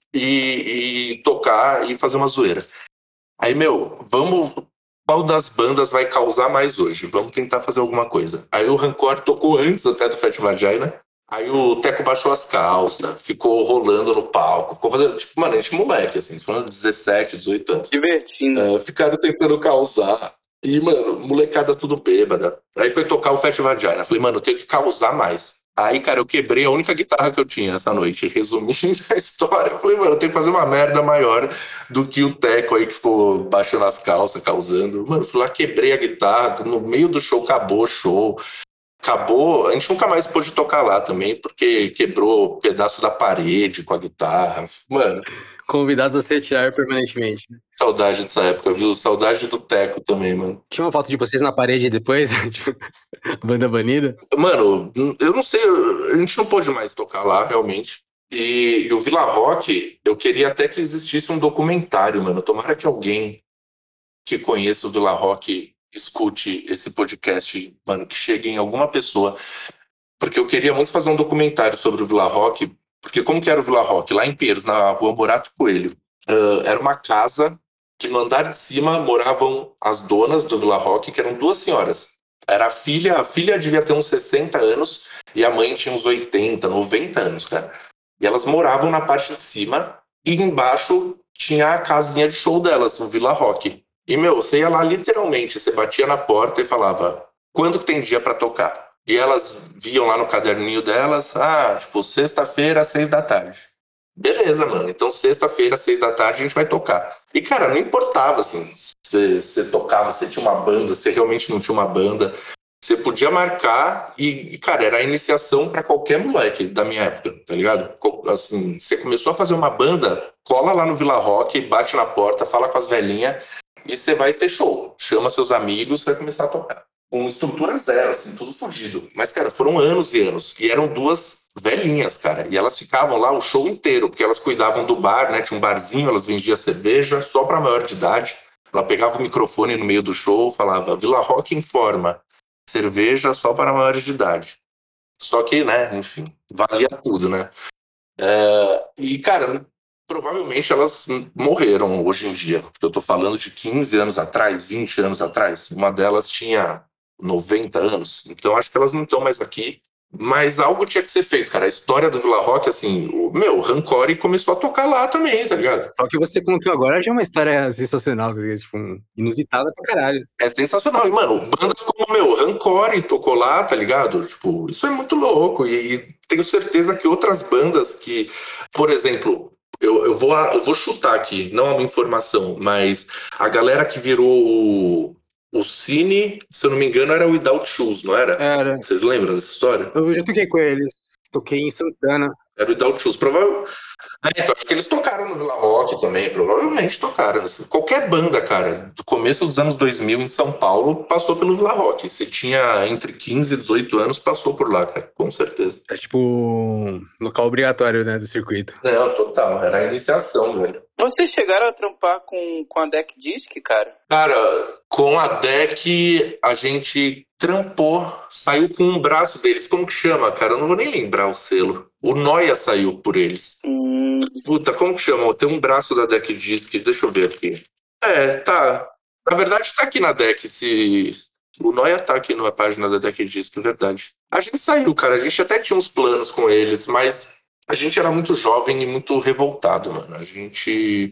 e tocar e fazer uma zoeira. Aí, meu, qual das bandas vai causar mais hoje? Vamos tentar fazer alguma coisa. Aí o Rancor tocou antes até do Fat Vagina. Aí o Teco baixou as calças, ficou rolando no palco, ficou fazendo, tipo, mano, a gente moleque, assim, falando de 17, 18 anos. Divertindo. Ficaram tentando causar. E, mano, molecada tudo bêbada. Aí foi tocar o Fat Vagina. Falei, mano, eu tenho que causar mais. Aí, cara, eu quebrei a única guitarra que eu tinha essa noite. Resumindo a história, eu falei, mano, eu tenho que fazer uma merda maior do que o Teco aí que ficou baixando as calças, causando. Mano, fui lá, quebrei a guitarra. No meio do show, acabou o show. Acabou, a gente nunca mais pôde tocar lá também, porque quebrou um pedaço da parede com a guitarra. Mano, Convidados a se retirar permanentemente. saudade dessa época, viu? Saudade do Teco também, mano. Tinha uma foto de vocês na parede depois? Tipo, banda banida? Mano, eu não sei, a gente não pôde mais tocar lá, realmente. E o Vila Rock, eu queria até que existisse um documentário, mano. Tomara que alguém que conheça o Vila Rock escute esse podcast, mano, que chegue em alguma pessoa. Porque eu queria muito fazer um documentário sobre o Vila Rock, porque como que era o Vila Rock? Lá em Pinheiros, na rua Morato Coelho. Era uma casa que no andar de cima moravam as donas do Vila Rock, que eram duas senhoras. Era a filha devia ter uns 60 anos e a mãe tinha uns 80, 90 anos, cara. E elas moravam na parte de cima e embaixo tinha a casinha de show delas, o Vila Rock. E, meu, você ia lá literalmente, você batia na porta e falava, quando que tem dia pra tocar? E elas viam lá no caderninho delas, tipo, sexta-feira, 6 da tarde. Beleza, mano. Então, sexta-feira, 6 da tarde, a gente vai tocar. E, cara, não importava, assim, você tocava, você tinha uma banda, você realmente não tinha uma banda. Você podia marcar e cara, era a iniciação para qualquer moleque da minha época, tá ligado? Assim, você começou a fazer uma banda, cola lá no Vila Rock, bate na porta, fala com as velhinhas e você vai ter show. Chama seus amigos, você vai começar a tocar. Com estrutura zero, assim, tudo fodido. Mas, cara, foram anos e anos. E eram duas velhinhas, cara. E elas ficavam lá o show inteiro, porque elas cuidavam do bar, né? Tinha um barzinho, elas vendiam cerveja só para maior de idade. Ela pegava o microfone no meio do show, falava, Vila Rock informa, cerveja só para maiores de idade. Só que, né, enfim, valia tudo, né? E, cara, provavelmente elas morreram hoje em dia. Porque eu tô falando de 15 anos atrás, 20 anos atrás. Uma delas tinha 90 anos. Então acho que elas não estão mais aqui. Mas algo tinha que ser feito, cara. A história do Vila Rock, assim, o Rancore começou a tocar lá também, tá ligado? Só que você contou agora já é uma história sensacional, tá ligado? Tipo, inusitada pra caralho. É sensacional. E, mano, bandas como, Rancore tocou lá, tá ligado? Tipo, isso é muito louco. E tenho certeza que outras bandas que, por exemplo, eu vou chutar aqui, não é uma informação, mas a galera que virou o Cine, se eu não me engano, era o Without Shoes, não era? Era. Vocês lembram dessa história? Eu já toquei com eles. Toquei em Santana. Era o Without Shoes. Então, acho que eles tocaram no Vila Rock também, provavelmente tocaram. Assim. Qualquer banda, cara, do começo dos anos 2000 em São Paulo, passou pelo Vila Rock. Você tinha entre 15 e 18 anos, passou por lá, cara, com certeza. É tipo um local obrigatório, né, do circuito. Não, total, era a iniciação, velho. Vocês chegaram a trampar com a Deck Disc, cara? Cara, com a Deck, a gente trampou, saiu com um braço deles. Como que chama, cara? Eu não vou nem lembrar o selo. O Noia saiu por eles. Puta, como que chama? Tem um braço da Deck Disc, deixa eu ver aqui. Tá. Na verdade, tá aqui na Deck. O Noia tá aqui na página da Deck Disc, é verdade. A gente saiu, cara. A gente até tinha uns planos com eles, mas a gente era muito jovem e muito revoltado, mano. A gente.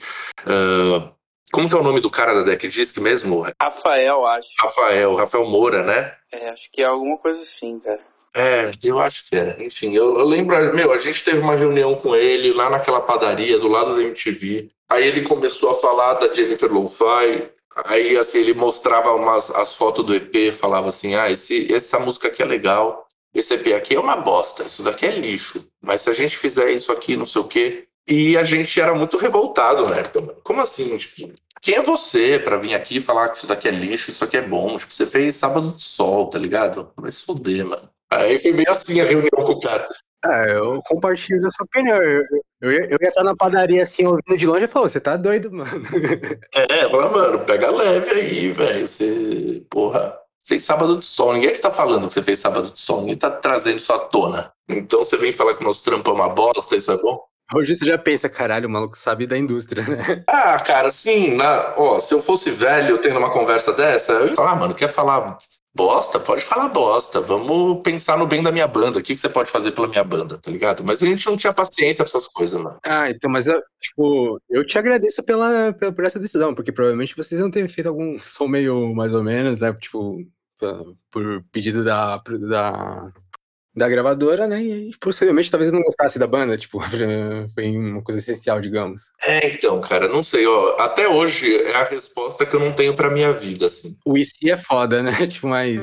Como que é o nome do cara da Deck Disc mesmo? Rafael, acho. Rafael Moura, né? Acho que é alguma coisa assim, cara. Eu acho que é. Enfim, eu lembro, a gente teve uma reunião com ele lá naquela padaria do lado da MTV. Aí ele começou a falar da Jennifer Lo-Fi. Aí, assim, ele mostrava as fotos do EP, falava assim, essa música aqui é legal, esse EP aqui é uma bosta, isso daqui é lixo. Mas se a gente fizer isso aqui, não sei o quê... E a gente era muito revoltado na época. Como assim? Tipo, quem é você pra vir aqui e falar que isso daqui é lixo, isso aqui é bom? Tipo, você fez Sábado de Sol, tá ligado? Vai se fuder, mano. Aí foi meio assim a reunião com o cara. Eu compartilho da sua opinião. Eu ia estar na padaria assim, ouvindo de longe e falou, você tá doido, mano. Fala, mano, pega leve aí, velho. Você, porra, fez Sábado de Sol. Ninguém é que tá falando que você fez Sábado de Sol. Ninguém tá trazendo isso à tona. Então você vem falar que o nosso trampo é uma bosta, isso é bom? Hoje você já pensa, caralho, o maluco sabe da indústria, né? Ah, cara, sim, se eu fosse velho tendo uma conversa dessa, eu ia falar, mano, quer falar bosta? Pode falar bosta. Vamos pensar no bem da minha banda. O que você pode fazer pela minha banda, tá ligado? Mas a gente não tinha paciência pra essas coisas, não. Então, mas eu te agradeço por essa decisão, porque provavelmente vocês vão ter feito algum som meio mais ou menos, né? Tipo, por pedido da gravadora, né? E possivelmente talvez eu não gostasse da banda, tipo, foi uma coisa essencial, digamos. Então, cara, não sei, ó. Até hoje é a resposta que eu não tenho pra minha vida, assim. O IC é foda, né? Tipo, mas.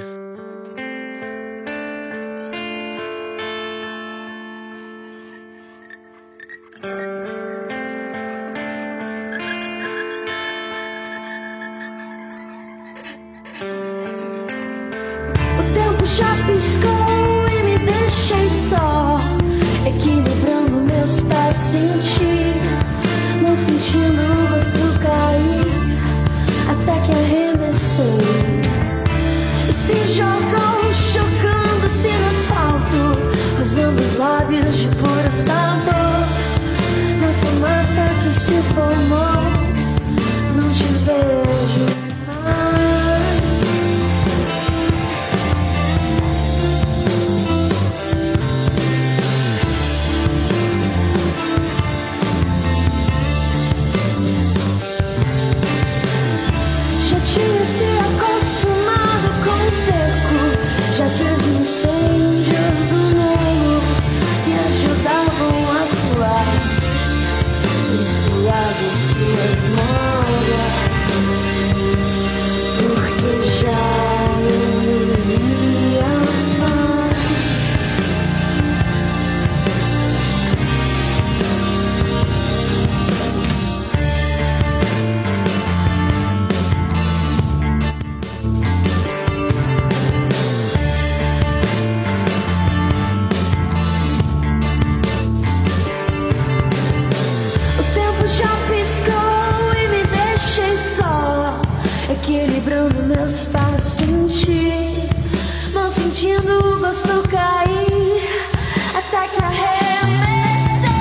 O tempo já piscou e me deixei só, equilibrando meus pés, não sentindo o rosto cair, até que arremessei e se jogou, chocando-se no asfalto, rosando os lábios de puro sabor, na fumaça que se formou, não te vejo mais. Tinha se acostumado com o seco, já que os incêndios do mundo me ajudavam a suar, e suave se esmaga, porque já não vivia mais. Equilibrando meus passos em ti, não sentindo o gosto cair, até que arremessei.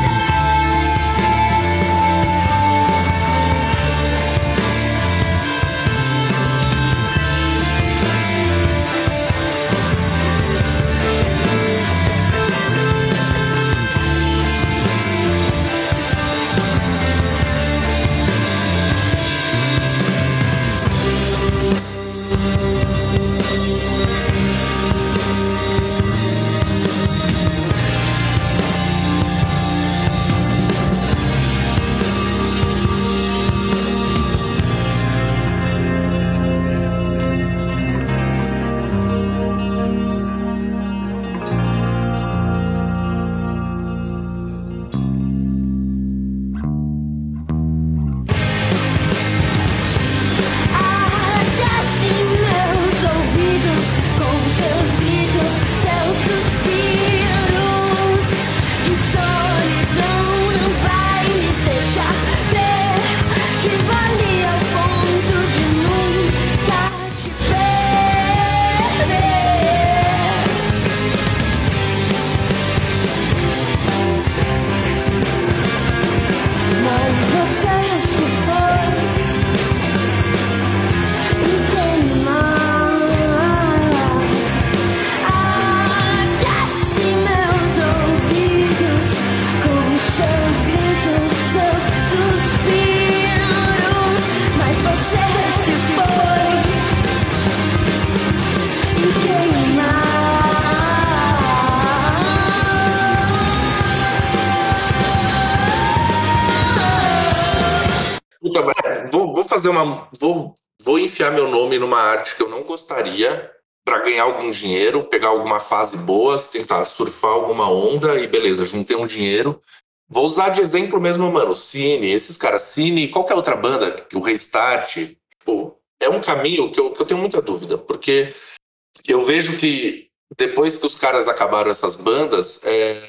Vou enfiar meu nome numa arte que eu não gostaria para ganhar algum dinheiro, pegar alguma fase boa, tentar surfar alguma onda e beleza, juntei um dinheiro. Vou usar de exemplo mesmo, mano, Cine, esses caras, Cine, qualquer outra banda, o Restart, pô, é um caminho que eu tenho muita dúvida, porque eu vejo que depois que os caras acabaram essas bandas,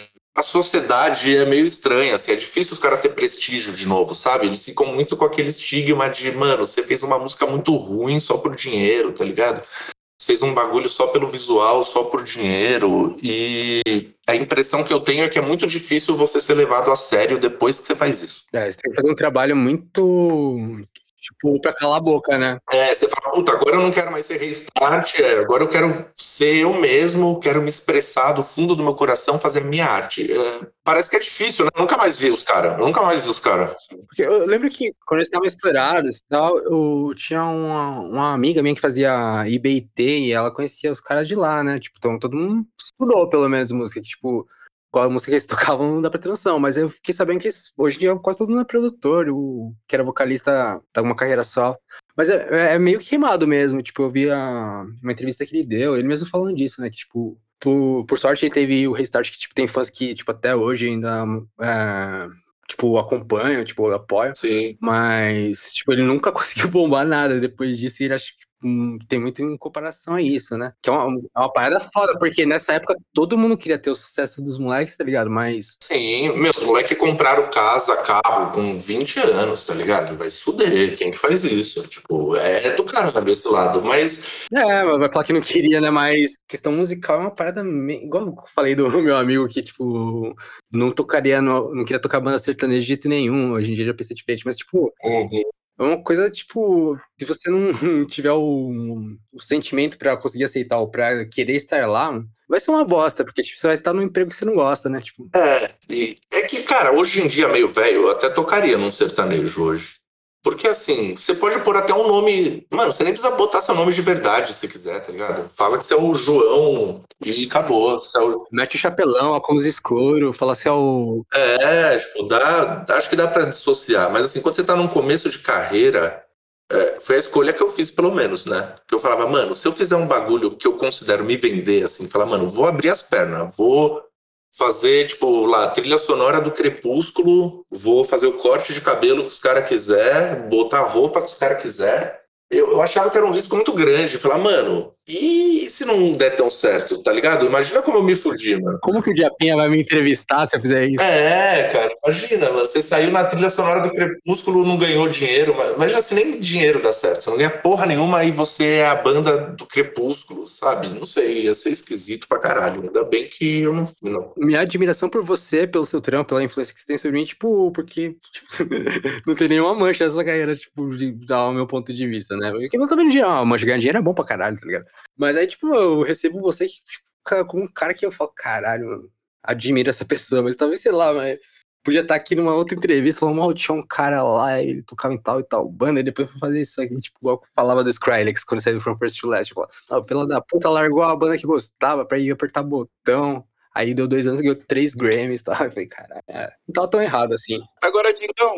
a sociedade é meio estranha, assim, é difícil os caras ter prestígio de novo, sabe? Eles ficam muito com aquele estigma de, mano, você fez uma música muito ruim só por dinheiro, tá ligado? fez um bagulho só pelo visual, só por dinheiro, e a impressão que eu tenho é que é muito difícil você ser levado a sério depois que você faz isso. Você tem que fazer um trabalho muito, tipo, pra calar a boca, né? Você fala, puta, agora eu não quero mais ser Restart, agora eu quero ser eu mesmo, quero me expressar do fundo do meu coração, fazer a minha arte. Parece que é difícil, né? Eu nunca mais vi os caras. Porque eu lembro que quando eles estavam estourados e tal, eu tinha uma amiga minha que fazia IBT e ela conhecia os caras de lá, né? Tipo, então todo mundo estudou pelo menos música, que, tipo, qual a música que eles tocavam não dá pra ter noção, mas eu fiquei sabendo que hoje em dia quase todo mundo é produtor, o que era vocalista tá com uma carreira só. Mas é meio que queimado mesmo, tipo, eu vi uma entrevista que ele deu, ele mesmo falando disso, né? Que, tipo, por sorte ele teve o Restart, que, tipo, tem fãs que, tipo, até hoje ainda tipo, acompanham, tipo, apoiam. Sim. Mas, tipo, ele nunca conseguiu bombar nada depois disso, e ele acho que tem muito em comparação a isso, né? Que é uma parada foda, porque nessa época todo mundo queria ter o sucesso dos moleques, tá ligado? Mas... Sim, meus moleques compraram casa, carro com 20 anos, tá ligado? Vai se fuder, quem que faz isso? Tipo, é do caralho esse lado, mas... vai falar que não queria, né? Mas questão musical é uma parada igual eu falei do meu amigo que, tipo, não queria tocar banda sertaneja de jeito nenhum, hoje em dia já pensa diferente, mas, tipo... É uma coisa, tipo, se você não tiver o sentimento pra conseguir aceitar ou pra querer estar lá, vai ser uma bosta, porque tipo, você vai estar num emprego que você não gosta, né? Tipo... É que, cara, hoje em dia, meio velho, eu até tocaria num sertanejo hoje. Porque, assim, você pode pôr até um nome... Mano, você nem precisa botar seu nome de verdade, se quiser, tá ligado? Fala que você é o João e acabou. Mete o chapelão, óculos escuro, fala assim, tipo, acho que dá pra dissociar. Mas, assim, quando você tá num começo de carreira, foi a escolha que eu fiz, pelo menos, né? Que eu falava, mano, se eu fizer um bagulho que eu considero me vender, assim, falar, mano, vou abrir as pernas, vou fazer, tipo, lá, trilha sonora do Crepúsculo, vou fazer o corte de cabelo que os caras quiser, botar a roupa que os caras quiser. Eu achava que era um risco muito grande. Falar, mano, e se não der tão certo, tá ligado? Imagina como eu me fudi, mano. Como que o Japinha vai me entrevistar se eu fizer isso? Cara, imagina, mano. Você saiu na trilha sonora do Crepúsculo, não ganhou dinheiro. Imagina se nem dinheiro dá certo. Você não ganha porra nenhuma e você é a banda do Crepúsculo, sabe? Não sei, ia ser esquisito pra caralho. Ainda bem que eu não fui, não. Minha admiração por você, pelo seu trampo, pela influência que você tem sobre mim, tipo, porque tipo, não tem nenhuma mancha nessa carreira, tipo, de dar o meu ponto de vista, né? Porque eu também não mancha, ganhar dinheiro é bom pra caralho, tá ligado? Mas aí, tipo, eu recebo você tipo, como um cara que eu falo, caralho, mano, admiro essa pessoa, mas talvez, sei lá, mas podia estar aqui numa outra entrevista falando, mal, tinha um cara lá, ele tocava em tal e tal banda, e depois foi fazer isso aqui, tipo, igual eu falava do Skrillex quando saiu do From First to Last, tipo, pela da puta largou a banda que gostava pra ir apertar botão. Aí deu 2 anos e ganhou 3 Grammys, tá? Eu falei, caralho, não tava tão errado assim. Agora, Digão,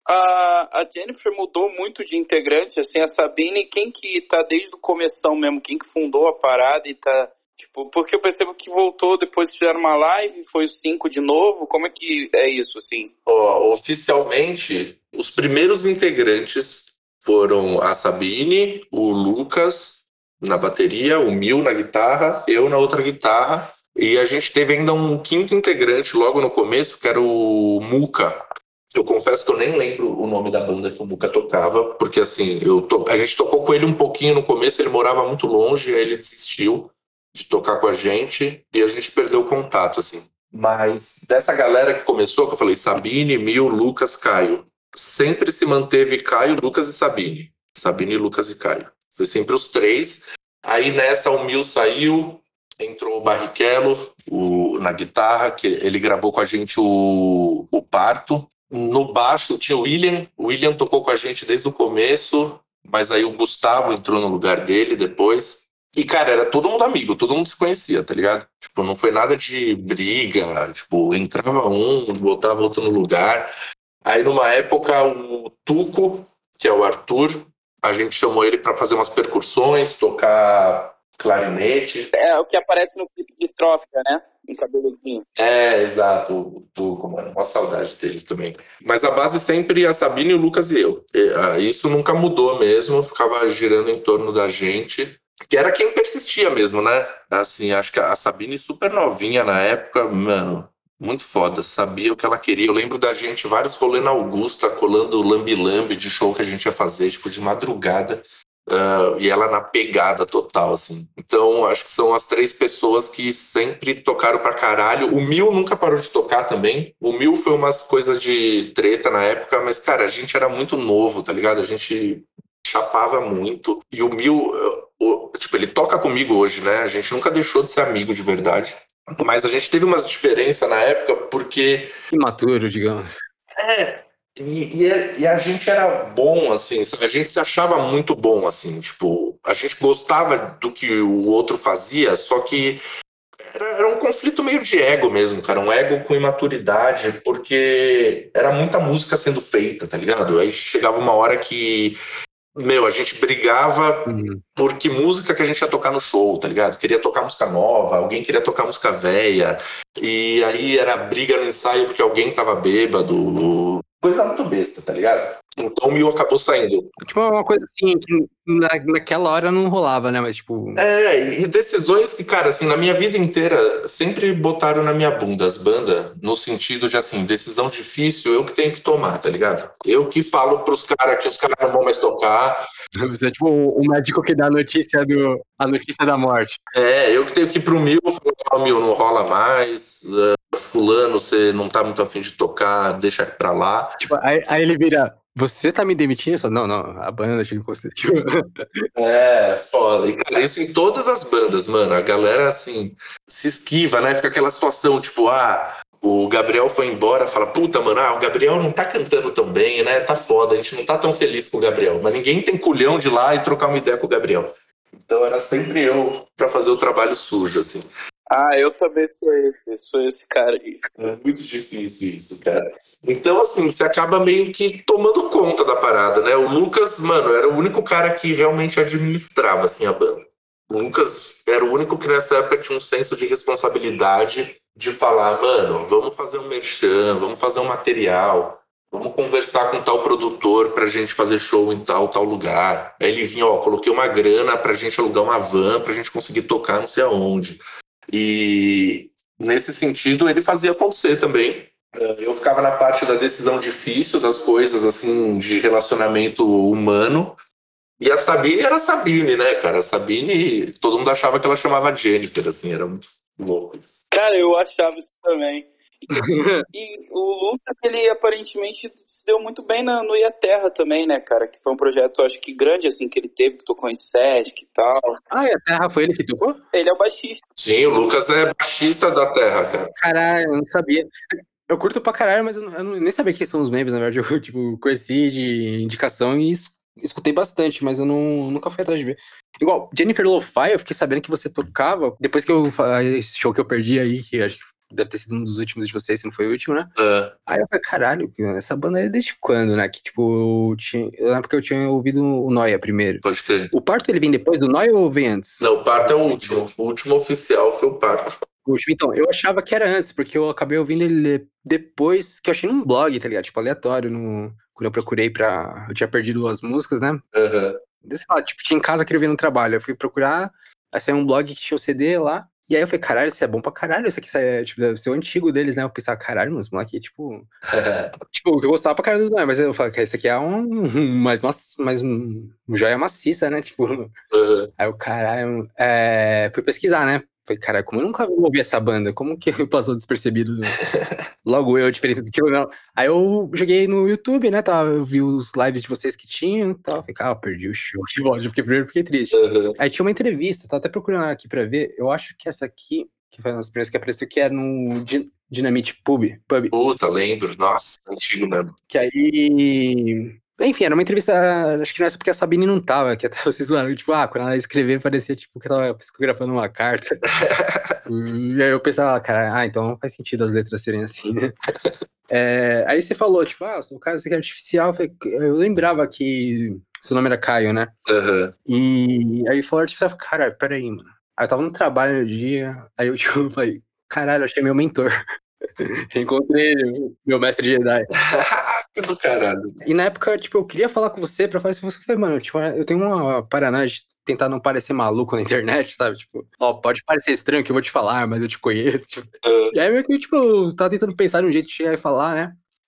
a Jennifer mudou muito de integrante, assim, a Sabine, quem que tá desde o começão mesmo, quem que fundou a parada e tá, tipo, porque eu percebo que voltou, depois fizeram uma live, foi os 5 de novo, como é que é isso, assim? Oficialmente, os primeiros integrantes foram a Sabine, o Lucas na bateria, o Mil na guitarra, eu na outra guitarra, e a gente teve ainda um quinto integrante logo no começo, que era o Muca. Eu confesso que eu nem lembro o nome da banda que o Muca tocava, porque assim, a gente tocou com ele um pouquinho no começo, ele morava muito longe, aí ele desistiu de tocar com a gente e a gente perdeu o contato, assim. Mas dessa galera que começou, que eu falei, Sabine, Mil, Lucas, Caio, sempre se manteve Caio, Lucas e Sabine. Sabine, Lucas e Caio. Foi sempre os 3. Aí nessa o Mil saiu, entrou o Barrichello na guitarra, que ele gravou com a gente o Parto. No baixo tinha o William tocou com a gente desde o começo, mas aí o Gustavo entrou no lugar dele depois. E, cara, era todo mundo amigo, todo mundo se conhecia, tá ligado? Tipo, não foi nada de briga, tipo, entrava um, botava outro no lugar. Aí, numa época, o Tuco, que é o Arthur, a gente chamou ele pra fazer umas percussões, tocar clarinete. É o que aparece no clipe de Trófica, né? Em cabeludinho. Exato, o Tuco, mano, uma saudade dele também. Mas a base sempre a Sabine, o Lucas e eu. Isso nunca mudou mesmo, ficava girando em torno da gente. Que era quem persistia mesmo, né? Assim, acho que a Sabine super novinha na época, mano, muito foda, sabia o que ela queria. Eu lembro da gente, vários rolê na Augusta, colando lambi-lambi de show que a gente ia fazer, tipo, de madrugada. e ela na pegada total, assim. Então, acho que são as 3 pessoas que sempre tocaram pra caralho. O Mil nunca parou de tocar também. O Mil foi umas coisas de treta na época, mas, cara, a gente era muito novo, tá ligado? A gente chapava muito. E o Mil, tipo, ele toca comigo hoje, né? A gente nunca deixou de ser amigo de verdade. Mas a gente teve umas diferenças na época porque Imaturo, digamos. E a gente era bom, assim, sabe? A gente se achava muito bom, assim, tipo, a gente gostava do que o outro fazia, só que era um conflito meio de ego mesmo, cara, um ego com imaturidade, porque era muita música sendo feita, tá ligado? Aí chegava uma hora que, a gente brigava por que música que a gente ia tocar no show, tá ligado? Queria tocar música nova, alguém queria tocar música velha, e aí era briga no ensaio porque alguém tava bêbado, coisa muito besta, tá ligado? Então o Mil acabou saindo. Tipo, uma coisa assim, que naquela hora não rolava, né? Mas, tipo... E decisões que, cara, assim, na minha vida inteira, sempre botaram na minha bunda as bandas, no sentido de, assim, decisão difícil, eu que tenho que tomar, tá ligado? Eu que falo pros caras que os caras não vão mais tocar. Você é tipo o médico que dá a notícia da morte. Eu que tenho que ir pro Mil, falar, Mil, não rola mais, fulano, você não tá muito afim de tocar, deixa pra lá. Tipo, aí ele vira, você tá me demitindo? Eu falo, não, a banda chega com você. Tipo... Foda. E, cara, isso em todas as bandas, mano. A galera, assim, se esquiva, né? Fica aquela situação, tipo, o Gabriel foi embora, fala, puta, mano, o Gabriel não tá cantando tão bem, né? Tá foda, a gente não tá tão feliz com o Gabriel. Mas ninguém tem culhão de ir lá e trocar uma ideia com o Gabriel. Então era sempre eu pra fazer o trabalho sujo, assim. Eu também sou esse cara aí. É muito difícil isso, cara. Então, assim, você acaba meio que tomando conta da parada, né? O Lucas, mano, era o único cara que realmente administrava, assim, a banda. O Lucas era o único que nessa época tinha um senso de responsabilidade de falar, mano, vamos fazer um merchan, vamos fazer um material, vamos conversar com tal produtor pra gente fazer show em tal lugar. Aí ele vinha, coloquei uma grana pra gente alugar uma van pra gente conseguir tocar não sei aonde. E nesse sentido ele fazia acontecer também. Eu ficava na parte da decisão difícil das coisas, assim, de relacionamento humano. E a Sabine era a Sabine, né, cara? A Sabine, todo mundo achava que ela chamava Jennifer, assim, era muito louco isso. Cara, eu achava isso também. E o Lucas, ele aparentemente se deu muito bem no Ia Terra também, né, cara? Que foi um projeto, acho que grande, assim, que ele teve, que tocou em Sesc e tal. Ia Terra foi ele que tocou? Ele é o baixista. Sim, o Lucas é baixista da Terra, cara. Caralho, eu não sabia. Eu curto pra caralho, mas eu nem sabia quem são os membros, na verdade. Eu, tipo, conheci de indicação e escutei bastante, mas eu nunca fui atrás de ver. Igual, Jennifer Lo-Fi, eu fiquei sabendo que você tocava, depois que esse show que eu perdi aí, que acho que deve ter sido um dos últimos de vocês, se não foi o último, né? Aí eu falei, caralho, essa banda é desde quando, né? Que, tipo, eu lembro que eu tinha ouvido o Noia primeiro. Pode crer. O Parto, ele vem depois do Noia ou vem antes? Não, o Parto é o último. O último oficial foi o Parto. Então, eu achava que era antes, porque eu acabei ouvindo ele depois que eu achei num blog, tá ligado? Tipo, aleatório, quando eu procurei eu tinha perdido as músicas, né? Sei lá, tipo, tinha em casa que eu via no trabalho. Eu fui procurar, aí saiu um blog que tinha o CD lá, e aí eu falei, caralho, isso é bom pra caralho, isso aqui tipo, deve ser o antigo deles, né? Eu pensava, caralho, mas moleque, tipo, eu gostava pra caralho do Noia, mas eu falei, esse aqui é mais joia maciça, né? Tipo, aí o caralho, fui pesquisar, né? Falei, caralho, como eu nunca ouvi essa banda, como que passou despercebido? Logo eu, diferente do que eu não. Aí eu joguei no YouTube, né? Eu vi os lives de vocês que tinham e tal. Falei, perdi o show. Que ódio, fiquei triste. Aí tinha uma entrevista, tô até procurando aqui pra ver. Eu acho que essa aqui, que foi uma das primeiras que apareceu, que é no Dynamite Pub. Puta, lembro. Nossa, antigo mesmo. Que aí... Enfim, era uma entrevista, acho que nessa porque a Sabine não tava, que até vocês zoaram, tipo, quando ela escreveu, parecia tipo que ela tava psicografando uma carta. E aí eu pensava, cara, então faz sentido as letras serem assim, né? Aí você falou, tipo, o Caio, você quer artificial, eu lembrava que seu nome era Caio, né? E aí falou artificial, cara, peraí, mano. Aí eu tava no trabalho no dia, aí eu tipo, falei, caralho, achei meu mentor. Encontrei meu mestre Jedi. Do caralho. E na época, tipo, eu queria falar com você pra fazer isso. Eu falei, mano, tipo, eu tenho uma paranoia de tentar não parecer maluco na internet, sabe? Tipo, pode parecer estranho que eu vou te falar, mas eu te conheço. Tipo. E aí, meio que, tipo, eu tava tentando pensar de um jeito de chegar e falar, né?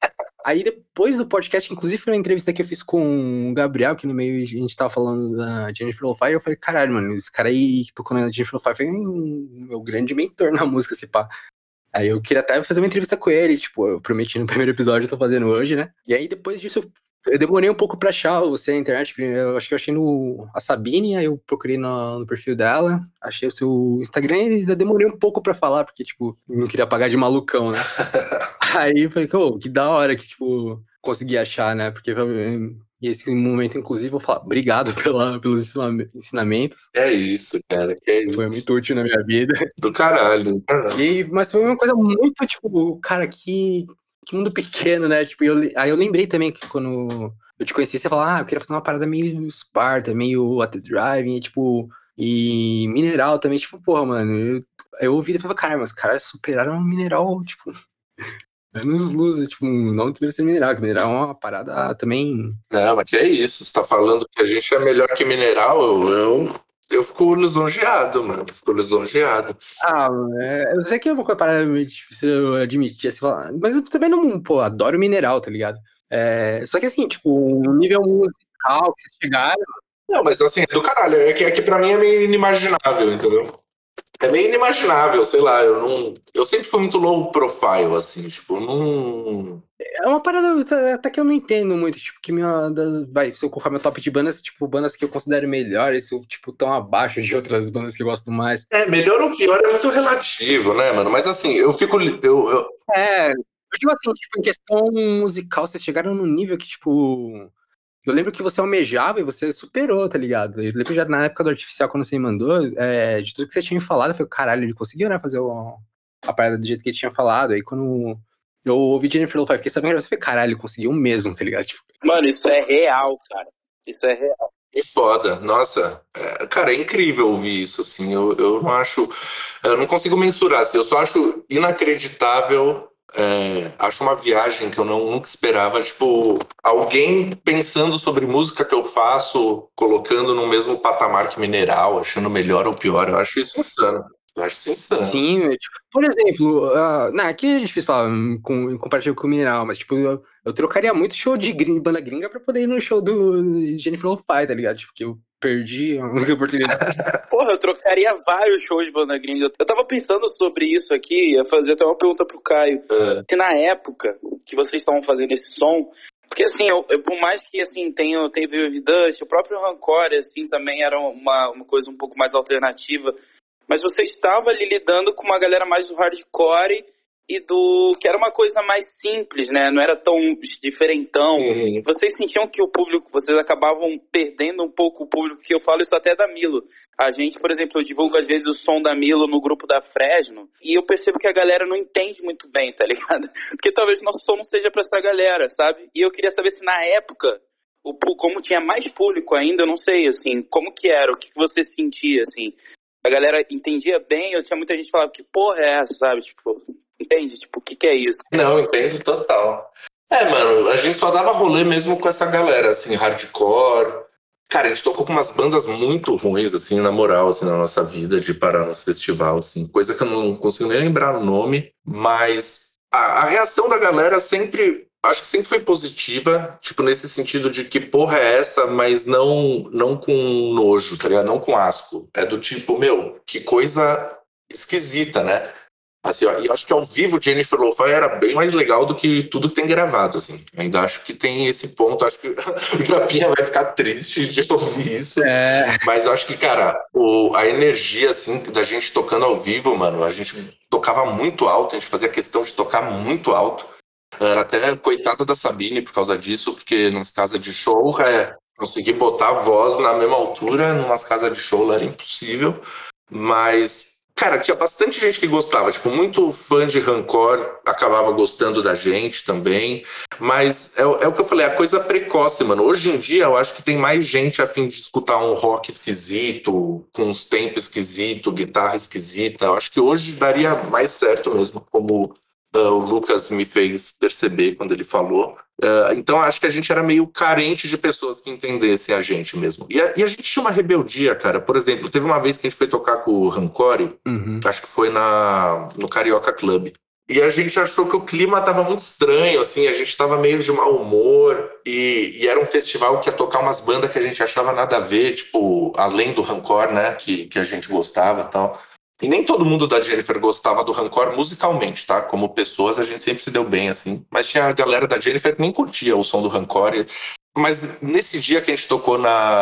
Aí depois do podcast, inclusive foi uma entrevista que eu fiz com o Gabriel, que no meio a gente tava falando da Jennifer Lopez, eu falei, caralho, mano, esse cara aí que tocou na Jennifer Lopez foi meu grande mentor na música, se pá. Aí eu queria até fazer uma entrevista com ele, tipo, eu prometi no primeiro episódio, eu tô fazendo hoje, né? E aí depois disso eu demorei um pouco pra achar você na internet, eu acho que eu achei a Sabine, aí eu procurei no perfil dela, achei o seu Instagram e ainda demorei um pouco pra falar, porque, tipo, não queria pagar de malucão, né? Aí eu falei, que da hora que, tipo, consegui achar, né? Porque e esse momento, inclusive, eu vou falar obrigado pelos ensinamentos. É isso, cara, que é isso. Foi muito útil na minha vida. Do caralho. Mas foi uma coisa muito, tipo, cara, que mundo pequeno, né? Tipo, aí eu lembrei também que quando eu te conheci, você falou, eu queria fazer uma parada meio Sparta, meio At The Drive, tipo, e Mineral também, tipo, porra, mano, eu ouvi e falei, cara, mas os caras superaram o Mineral, tipo, anos luz, tipo, não deveria ser Mineral, que Mineral é uma parada também... Não, mas que é isso, você tá falando que a gente é melhor que Mineral, eu fico lisonjeado, mano, fico lisonjeado. Eu sei que é uma parada meio difícil eu admitir, assim, mas eu também não, pô, adoro Mineral, tá ligado? Só que assim, tipo, o nível musical que vocês chegaram... Não, mas assim, é do caralho, é que pra mim é meio inimaginável, entendeu? É meio inimaginável, sei lá, eu sempre fui muito low profile, assim, tipo, não... É uma parada até que eu não entendo muito, tipo, que se eu colocar meu top de bandas, tipo, bandas que eu considero melhores, tipo, tão abaixo de outras bandas que eu gosto mais. Melhor ou pior é muito relativo, né, mano? Mas assim, eu fico... Eu digo assim, tipo, em questão musical, vocês chegaram num nível que, tipo... Eu lembro que você almejava e você superou, tá ligado? Eu lembro já na época do Artificial, quando você me mandou, de tudo que você tinha me falado, eu falei, caralho, ele conseguiu, né, fazer a parada do jeito que ele tinha falado. Aí quando eu ouvi Jennifer Lopez, fiquei sabendo que eu falei, caralho, ele conseguiu mesmo, tá ligado? Tipo... Mano, isso é real, cara. Isso é real. Que foda, nossa, cara, é incrível ouvir isso, assim, eu não acho, eu não consigo mensurar, assim, eu só acho inacreditável, acho uma viagem que eu nunca esperava, tipo, alguém pensando sobre música que eu faço, colocando no mesmo patamar que Mineral, achando melhor ou pior, eu acho isso insano. Eu acho isso insano. Sim, por exemplo, aqui é difícil falar em comparativo com o Mineral, mas tipo, eu trocaria muito show de banda gringa pra poder ir no show do Jennifer Lopez, tá ligado? Tipo, que eu perdi a única oportunidade. Porra, eu trocaria vários shows de banda gringa. Eu tava pensando sobre isso aqui, ia fazer até uma pergunta pro Caio. Se na época que vocês estavam fazendo esse som, porque assim, eu por mais que assim, tenha Vivid Dust, o próprio Rancor, assim, também era uma coisa um pouco mais alternativa. Mas você estava ali lidando com uma galera mais do hardcore e que era uma coisa mais simples, né? Não era tão diferentão. Uhum. Vocês sentiam que o público, vocês acabavam perdendo um pouco o público, que eu falo isso até da Milo. A gente, por exemplo, eu divulgo às vezes o som da Milo no grupo da Fresno e eu percebo que a galera não entende muito bem, tá ligado? Porque talvez nosso som não seja pra essa galera, sabe? E eu queria saber se na época, como tinha mais público ainda, eu não sei, assim, como que era, o que você sentia, assim? A galera entendia bem, eu tinha muita gente que falava, que porra é essa, sabe? Tipo, entende? Tipo, o que é isso? Não, entendo total. Mano, a gente só dava rolê mesmo com essa galera, assim, hardcore. Cara, a gente tocou com umas bandas muito ruins, assim, na moral, assim, na nossa vida, de parar nos festival, assim. Coisa que eu não consigo nem lembrar o nome, mas a reação da galera acho que sempre foi positiva, tipo, nesse sentido de que porra é essa, mas não com nojo, tá ligado? Não com asco. É do tipo, meu, que coisa esquisita, né? Assim, ó, e eu acho que ao vivo Jennifer Lopez era bem mais legal do que tudo que tem gravado, assim. Eu ainda acho que tem esse ponto, acho que o Japinha vai ficar triste de ouvir isso. Mas eu acho que, cara, a energia, assim, da gente tocando ao vivo, mano, a gente tocava muito alto, a gente fazia questão de tocar muito alto. Era até coitada da Sabine por causa disso, porque nas casas de show, conseguir botar a voz na mesma altura, nas casas de show era impossível. Mas, cara, tinha bastante gente que gostava. Tipo, muito fã de Rancor acabava gostando da gente também. Mas é o que eu falei, a coisa precoce, mano. Hoje em dia, eu acho que tem mais gente a fim de escutar um rock esquisito, com uns tempos esquisitos, guitarra esquisita. Eu acho que hoje daria mais certo mesmo, como o Lucas me fez perceber quando ele falou. Então acho que a gente era meio carente de pessoas que entendessem a gente mesmo. E a gente tinha uma rebeldia, cara. Por exemplo, teve uma vez que a gente foi tocar com o Rancor, acho que foi no Carioca Club. E a gente achou que o clima tava muito estranho, assim, a gente tava meio de mau humor, e era um festival que ia tocar umas bandas que a gente achava nada a ver, tipo, além do Rancor, né, que a gente gostava e tal. E nem todo mundo da Jennifer gostava do Rancor musicalmente, tá? Como pessoas, a gente sempre se deu bem, assim. Mas tinha a galera da Jennifer que nem curtia o som do Rancor. Mas nesse dia que a gente tocou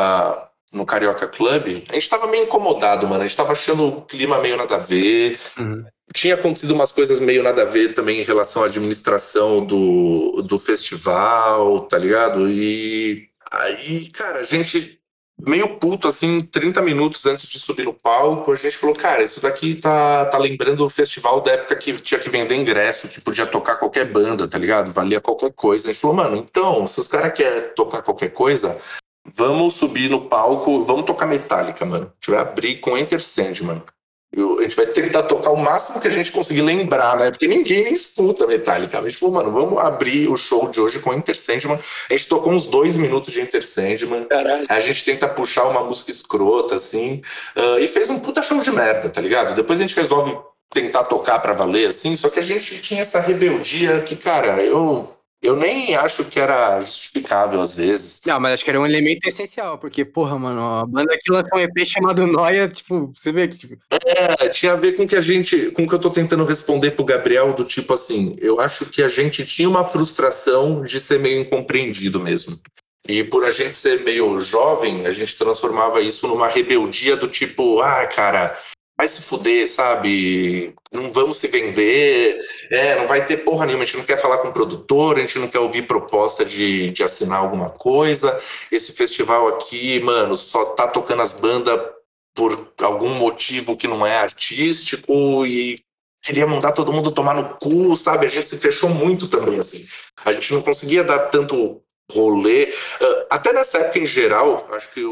no Carioca Club, a gente tava meio incomodado, mano. A gente tava achando o clima meio nada a ver. Uhum. Tinha acontecido umas coisas meio nada a ver também em relação à administração do festival, tá ligado? E aí, cara, a gente meio puto, assim, 30 minutos antes de subir no palco, a gente falou, cara, isso daqui tá lembrando o festival da época que tinha que vender ingresso, que podia tocar qualquer banda, tá ligado? Valia qualquer coisa. A gente falou, mano, então, se os caras querem tocar qualquer coisa, vamos subir no palco, vamos tocar Metallica, mano. A gente vai abrir com Enter Sandman. A gente vai tentar tocar o máximo que a gente conseguir lembrar, né? Porque ninguém nem escuta Metallica. A gente falou, mano, vamos abrir o show de hoje com Enter Sandman. A gente tocou uns 2 minutos de Enter Sandman. Caralho. A gente tenta puxar uma música escrota, assim. E fez um puta show de merda, tá ligado? Depois a gente resolve tentar tocar pra valer, assim. Só que a gente tinha essa rebeldia que, cara, eu nem acho que era justificável às vezes. Não, mas acho que era um elemento essencial, porque, porra, mano, a banda que lançou um EP chamado Noia, tipo, você vê que, tipo... Tinha a ver com com o que eu tô tentando responder pro Gabriel, do tipo assim, eu acho que a gente tinha uma frustração de ser meio incompreendido mesmo. E por a gente ser meio jovem, a gente transformava isso numa rebeldia do tipo, cara, vai se fuder, sabe? Não vamos se vender, não vai ter porra nenhuma, a gente não quer falar com o produtor, a gente não quer ouvir proposta de assinar alguma coisa. Esse festival aqui, mano, só tá tocando as bandas por algum motivo que não é artístico e queria mandar todo mundo tomar no cu, sabe? A gente se fechou muito também, assim. A gente não conseguia dar tanto rolê. Até nessa época, em geral, acho que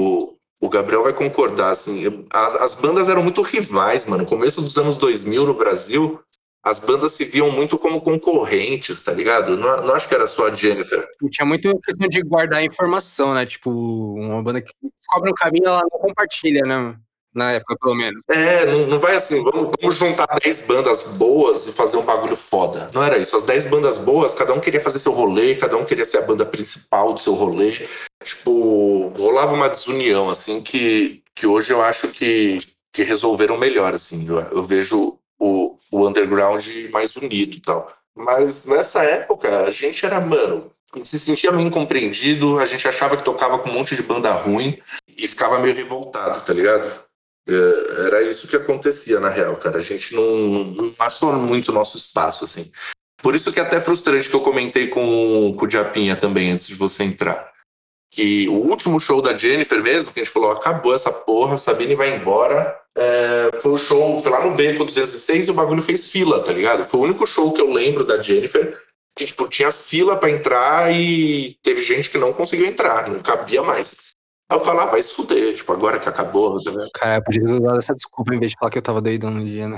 o Gabriel vai concordar, assim, as bandas eram muito rivais, mano. No começo dos anos 2000 no Brasil, as bandas se viam muito como concorrentes, tá ligado? Não acho que era só a Jennifer. Tinha muito questão de guardar informação, né? Tipo, uma banda que descobre um caminho, ela não compartilha, né? Na época, pelo menos. Não vai assim, vamos juntar 10 bandas boas e fazer um bagulho foda. Não era isso. As 10 bandas boas, cada um queria fazer seu rolê, cada um queria ser a banda principal do seu rolê. Tipo, rolava uma desunião, assim, que hoje eu acho que resolveram melhor, assim. Eu vejo o underground mais unido e tal. Mas nessa época, a gente era, mano, a gente se sentia meio incompreendido, a gente achava que tocava com um monte de banda ruim e ficava meio revoltado, tá ligado? Era isso que acontecia, na real, cara. A gente não achou muito nosso espaço, assim. Por isso que é até frustrante que eu comentei com o Japinha também, antes de você entrar. Que o último show da Jennifer mesmo, que a gente falou, acabou essa porra, Sabine vai embora. Foi o show, foi lá no Beco 206 e o bagulho fez fila, tá ligado? Foi o único show que eu lembro da Jennifer que, tipo, tinha fila pra entrar e teve gente que não conseguiu entrar, não cabia mais. Aí eu falava, vai se fuder, tipo, agora que acabou, tá ligado? Cara, eu podia ter dado essa desculpa em vez de falar que eu tava doidão no dia, né?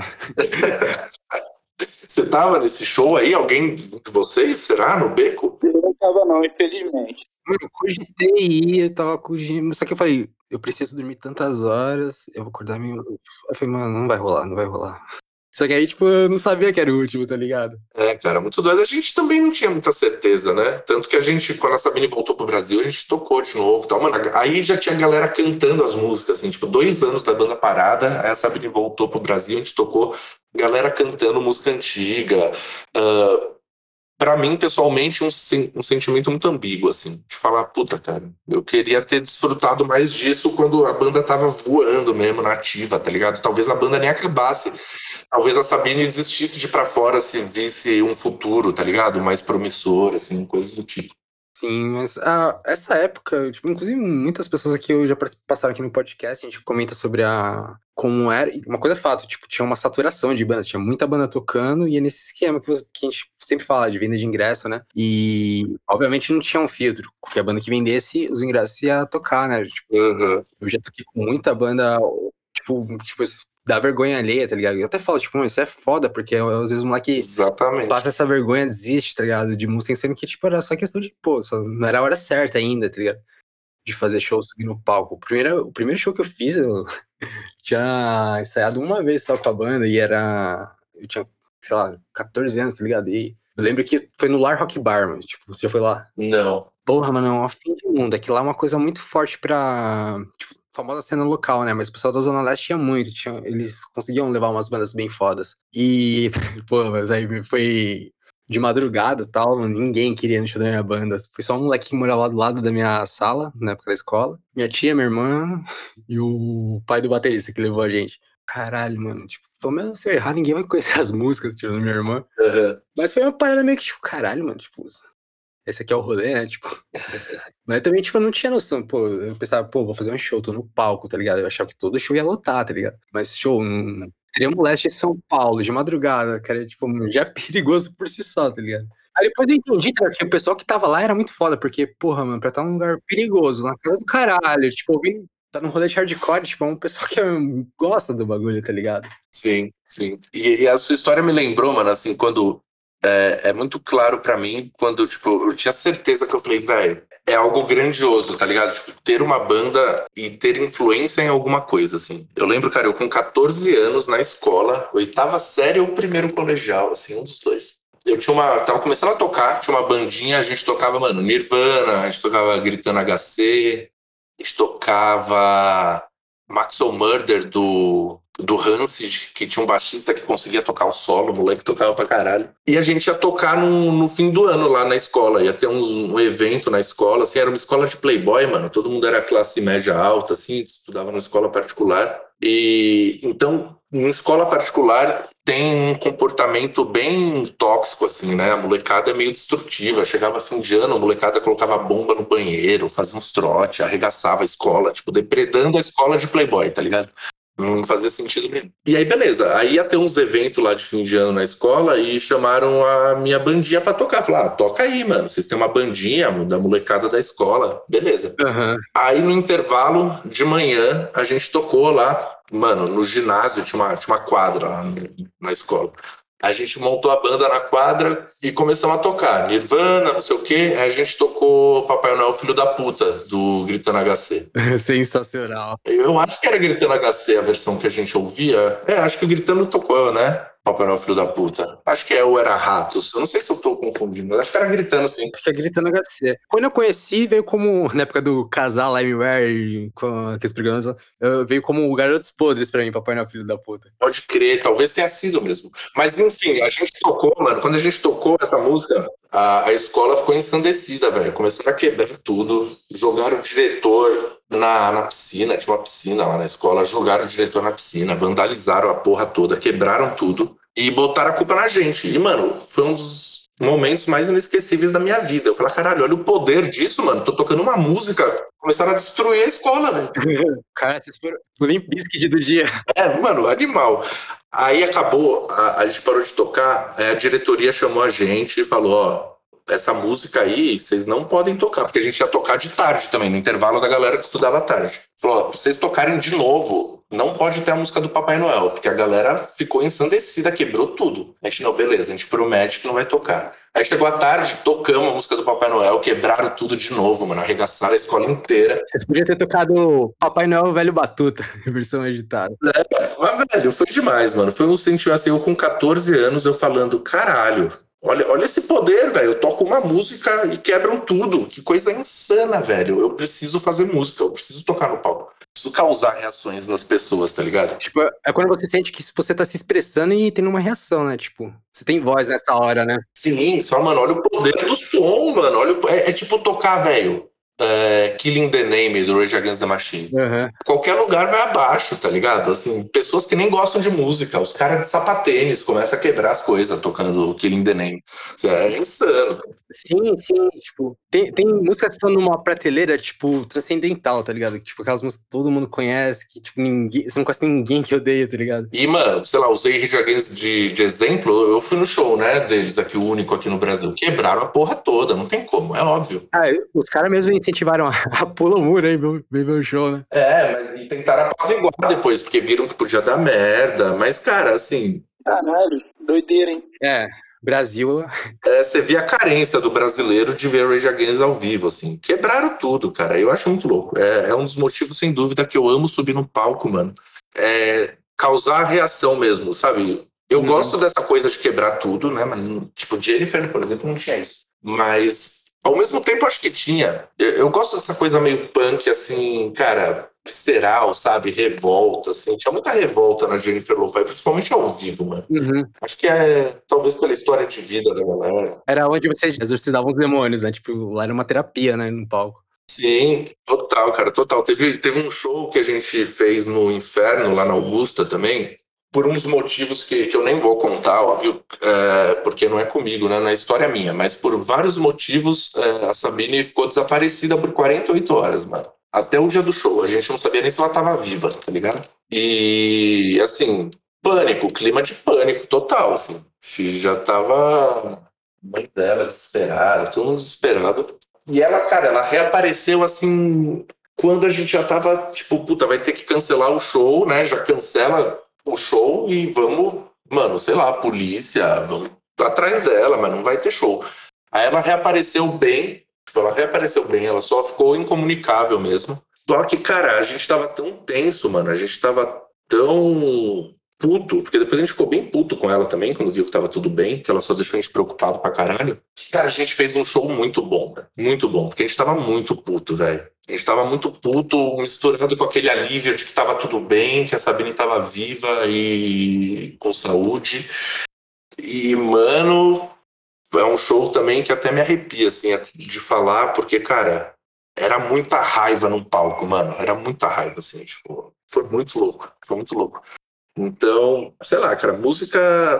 Você tava nesse show aí? Alguém de vocês, será, no Beco? Eu não tava não, infelizmente. Eu cogitei ir, eu tava cogindo, só que eu falei, eu preciso dormir tantas horas, eu vou acordar meio... Eu falei, mano, não vai rolar, não vai rolar. Só que aí, tipo, eu não sabia que era o último, tá ligado? Cara, muito doido. A gente também não tinha muita certeza, né? Tanto que a gente, quando a Sabine voltou pro Brasil, a gente tocou de novo e tal. Mano, aí já tinha galera cantando as músicas, assim, tipo, 2 anos da banda parada, aí a Sabine voltou pro Brasil, a gente tocou galera cantando música antiga. Pra mim, pessoalmente, um sentimento muito ambíguo, assim, de falar, puta, cara, eu queria ter desfrutado mais disso quando a banda tava voando mesmo, na ativa, tá ligado? Talvez a banda nem acabasse. Talvez a Sabine desistisse de ir pra fora se visse um futuro, tá ligado? Mais promissor, assim, coisas do tipo. Sim, mas essa época, tipo, inclusive muitas pessoas aqui já passaram aqui no podcast, a gente comenta sobre como era, e uma coisa é fato, tipo, tinha uma saturação de bandas, tinha muita banda tocando, e é nesse esquema que a gente sempre fala, de venda de ingresso, né? E, obviamente, não tinha um filtro, porque a banda que vendesse, os ingressos ia tocar, né? Tipo, eu já toquei com muita banda, tipo, dá vergonha alheia, tá ligado? Eu até falo, tipo, isso é foda, porque às vezes o moleque Exatamente. passa essa vergonha, desiste, tá ligado? De música, sendo que, tipo, era só questão de, pô, só não era a hora certa ainda, tá ligado? De fazer show, subir no palco. O primeiro show que eu fiz, eu tinha ensaiado uma vez só com a banda e era... Eu tinha sei lá, 14 anos, tá ligado? E eu lembro que foi no Lar Rock Bar, mano. Tipo, você já foi lá? Não. Porra, mano, é um fim de mundo. Aquilo lá é uma coisa muito forte pra, tipo, famosa cena local, né? Mas o pessoal da Zona Leste tinha muito. Eles conseguiam levar umas bandas bem fodas. E, pô, mas aí foi de madrugada e tal. Ninguém queria ir no show da minha banda. Foi só um moleque que morava lá do lado da minha sala, na época da escola. Minha tia, minha irmã e o pai do baterista que levou a gente. Caralho, mano, tipo, pelo menos se eu errar, ninguém vai conhecer as músicas, tirando minha irmã. Uhum. Mas foi uma parada meio que, tipo, caralho, mano, tipo, esse aqui é o rolê, né, tipo... Mas também, tipo, eu não tinha noção, pô, eu pensava, pô, vou fazer um show, tô no palco, tá ligado? Eu achava que todo show ia lotar, tá ligado? Mas show, no Extremo Leste de São Paulo, de madrugada, cara, tipo, já é perigoso por si só, tá ligado? Aí depois eu entendi, cara, que o pessoal que tava lá era muito foda, porque, porra, mano, pra estar num lugar perigoso, na casa do caralho, tipo, ouvindo... Tá num rolê de hardcore, tipo, é um pessoal que gosta do bagulho, tá ligado? Sim, sim. E a sua história me lembrou, mano, assim, quando... É muito claro pra mim, quando, tipo, eu tinha certeza que eu falei, velho, é algo grandioso, tá ligado? Tipo, ter uma banda e ter influência em alguma coisa, assim. Eu lembro, cara, eu com 14 anos na escola, 8ª série ou primeiro colegial, assim, um dos dois. Eu tava começando a tocar, tinha uma bandinha, a gente tocava, mano, Nirvana, a gente tocava Gritando HC, a gente tocava Maxwell Murder do Rancid, que tinha um baixista que conseguia tocar o solo, o moleque tocava pra caralho. E a gente ia tocar no fim do ano lá na escola, ia ter um evento na escola, assim, era uma escola de playboy, mano, todo mundo era classe média alta, assim, estudava numa escola particular. E então, em escola particular, tem um comportamento bem tóxico, assim, né? A molecada é meio destrutiva. Chegava fim de ano, a molecada colocava bomba no banheiro, fazia uns trote, arregaçava a escola, tipo, depredando a escola de playboy, tá ligado? Não fazia sentido nenhum. E aí, beleza. Aí ia ter uns eventos lá de fim de ano na escola e chamaram a minha bandinha pra tocar. Falaram, toca aí, mano. Vocês têm uma bandinha da molecada da escola. Beleza. Uhum. Aí, no intervalo de manhã, a gente tocou lá. Mano, no ginásio tinha uma quadra lá na escola. A gente montou a banda na quadra e começamos a tocar. Nirvana, não sei o quê. Aí a gente tocou Papai Noel Filho da Puta, do Gritando HC. Sensacional. Eu acho que era Gritando HC a versão que a gente ouvia. Acho que o Gritando tocou, né? Papai Noel Filho da Puta. Acho que ou era Ratos. Eu não sei se eu tô confundindo, mas acho que era Gritando, sim. Acho que é Gritando HC. Quando eu conheci, veio como, na época do Casal Limeware, com aqueles programas, veio como Garotos Podres pra mim, Papai Noel Filho da Puta. Pode crer, talvez tenha sido mesmo. Mas enfim, a gente tocou, mano. Quando a gente tocou essa música, a escola ficou ensandecida, velho. Começaram a quebrar tudo. Jogaram o diretor na piscina. Tinha uma piscina lá na escola. Jogaram o diretor na piscina. Vandalizaram a porra toda. Quebraram tudo. E botaram a culpa na gente. E, mano, foi um dos momentos mais inesquecíveis da minha vida. Eu falei, caralho, olha o poder disso, mano. Tô tocando uma música. Começaram a destruir a escola, velho. Cara, vocês foram o Limp Bizkit do dia. Mano, animal. Aí acabou, a gente parou de tocar, a diretoria chamou a gente e falou, ó, essa música aí, vocês não podem tocar, porque a gente ia tocar de tarde também, no intervalo da galera que estudava à tarde. Falou, ó, pra vocês tocarem de novo, não pode ter a música do Papai Noel, porque a galera ficou ensandecida, quebrou tudo. A gente, não, beleza, a gente promete que não vai tocar. Aí chegou a tarde, tocamos a música do Papai Noel, quebraram tudo de novo, mano, arregaçaram a escola inteira. Vocês podiam ter tocado Papai Noel Velho Batuta, versão agitada. Mas, velho, foi demais, mano. Foi um sentimento assim, eu com 14 anos, eu falando, caralho, olha esse poder, velho. Eu toco uma música e quebram tudo. Que coisa insana, velho. Eu preciso fazer música, eu preciso tocar no palco. Preciso causar reações nas pessoas, tá ligado? Tipo, é quando você sente que você tá se expressando e tendo uma reação, né? Tipo, você tem voz nessa hora, né? Sim, só, mano, olha o poder do som, mano. É tipo tocar, velho. Killing the Name do Rage Against the Machine. Uhum. Qualquer lugar vai abaixo, tá ligado? Assim, pessoas que nem gostam de música, os caras de sapatênis começam a quebrar as coisas tocando Killing the Name. É insano. Sim, tipo, tem músicas que estão numa prateleira, tipo, transcendental, tá ligado? Tipo, aquelas músicas que todo mundo conhece, que, tipo, você não conhece ninguém que odeia, tá ligado? E, mano, sei lá, usei Rage Against de exemplo, eu fui no show, né, deles aqui, o único aqui no Brasil. Quebraram a porra toda, não tem como, é óbvio. Os caras mesmo incentivaram a pula o muro aí, ver o show, né? Mas e tentaram apaziguar depois, porque viram que podia dar merda, mas, cara, assim... Caralho, doideira, hein? Brasil... você via a carência do brasileiro de ver Rage Against ao vivo, assim. Quebraram tudo, cara. Eu acho muito louco. É um dos motivos, sem dúvida, que eu amo subir no palco, mano. Causar reação mesmo, sabe? Eu gosto dessa coisa de quebrar tudo, né? Mas, tipo, Jennifer, por exemplo, não tinha isso. Mas, ao mesmo tempo, acho que tinha. Eu gosto dessa coisa meio punk, assim, cara, visceral, sabe? Revolta, assim. Tinha muita revolta na Jennifer Lopez, principalmente ao vivo, mano. Acho que talvez pela história de vida da galera. Era onde vocês exorcizavam os demônios, né? Tipo, lá era uma terapia, né? No palco. Sim, total, cara, total. Teve um show que a gente fez no Inferno, lá na Augusta também, por uns motivos que eu nem vou contar, óbvio, porque não é comigo, né? Não é história minha, mas por vários motivos a Sabine ficou desaparecida por 48 horas, mano. Até o dia do show. A gente não sabia nem se ela tava viva, tá ligado? E, assim, pânico, clima de pânico total, assim. Já tava mãe dela desesperada, todo mundo desesperado. E ela, cara, ela reapareceu assim quando a gente já tava, tipo, puta, vai ter que cancelar o show, né? Já cancela o show e vamos, mano, sei lá, polícia, vamos atrás dela, mas não vai ter show. Aí ela reapareceu bem, tipo, ela só ficou incomunicável mesmo. Só que, cara, a gente tava tão tenso, mano, a gente tava tão puto, porque depois a gente ficou bem puto com ela também, quando viu que tava tudo bem, que ela só deixou a gente preocupado pra caralho. Cara, a gente fez um show muito bom, né? Muito bom, porque a gente tava muito puto, velho. A gente tava muito puto, misturado com aquele alívio de que tava tudo bem, que a Sabine tava viva e com saúde. E, mano, é um show também que até me arrepia, assim, de falar, porque, cara, era muita raiva num palco, mano. Era muita raiva, assim, tipo, foi muito louco, foi muito louco. Então, sei lá, cara, música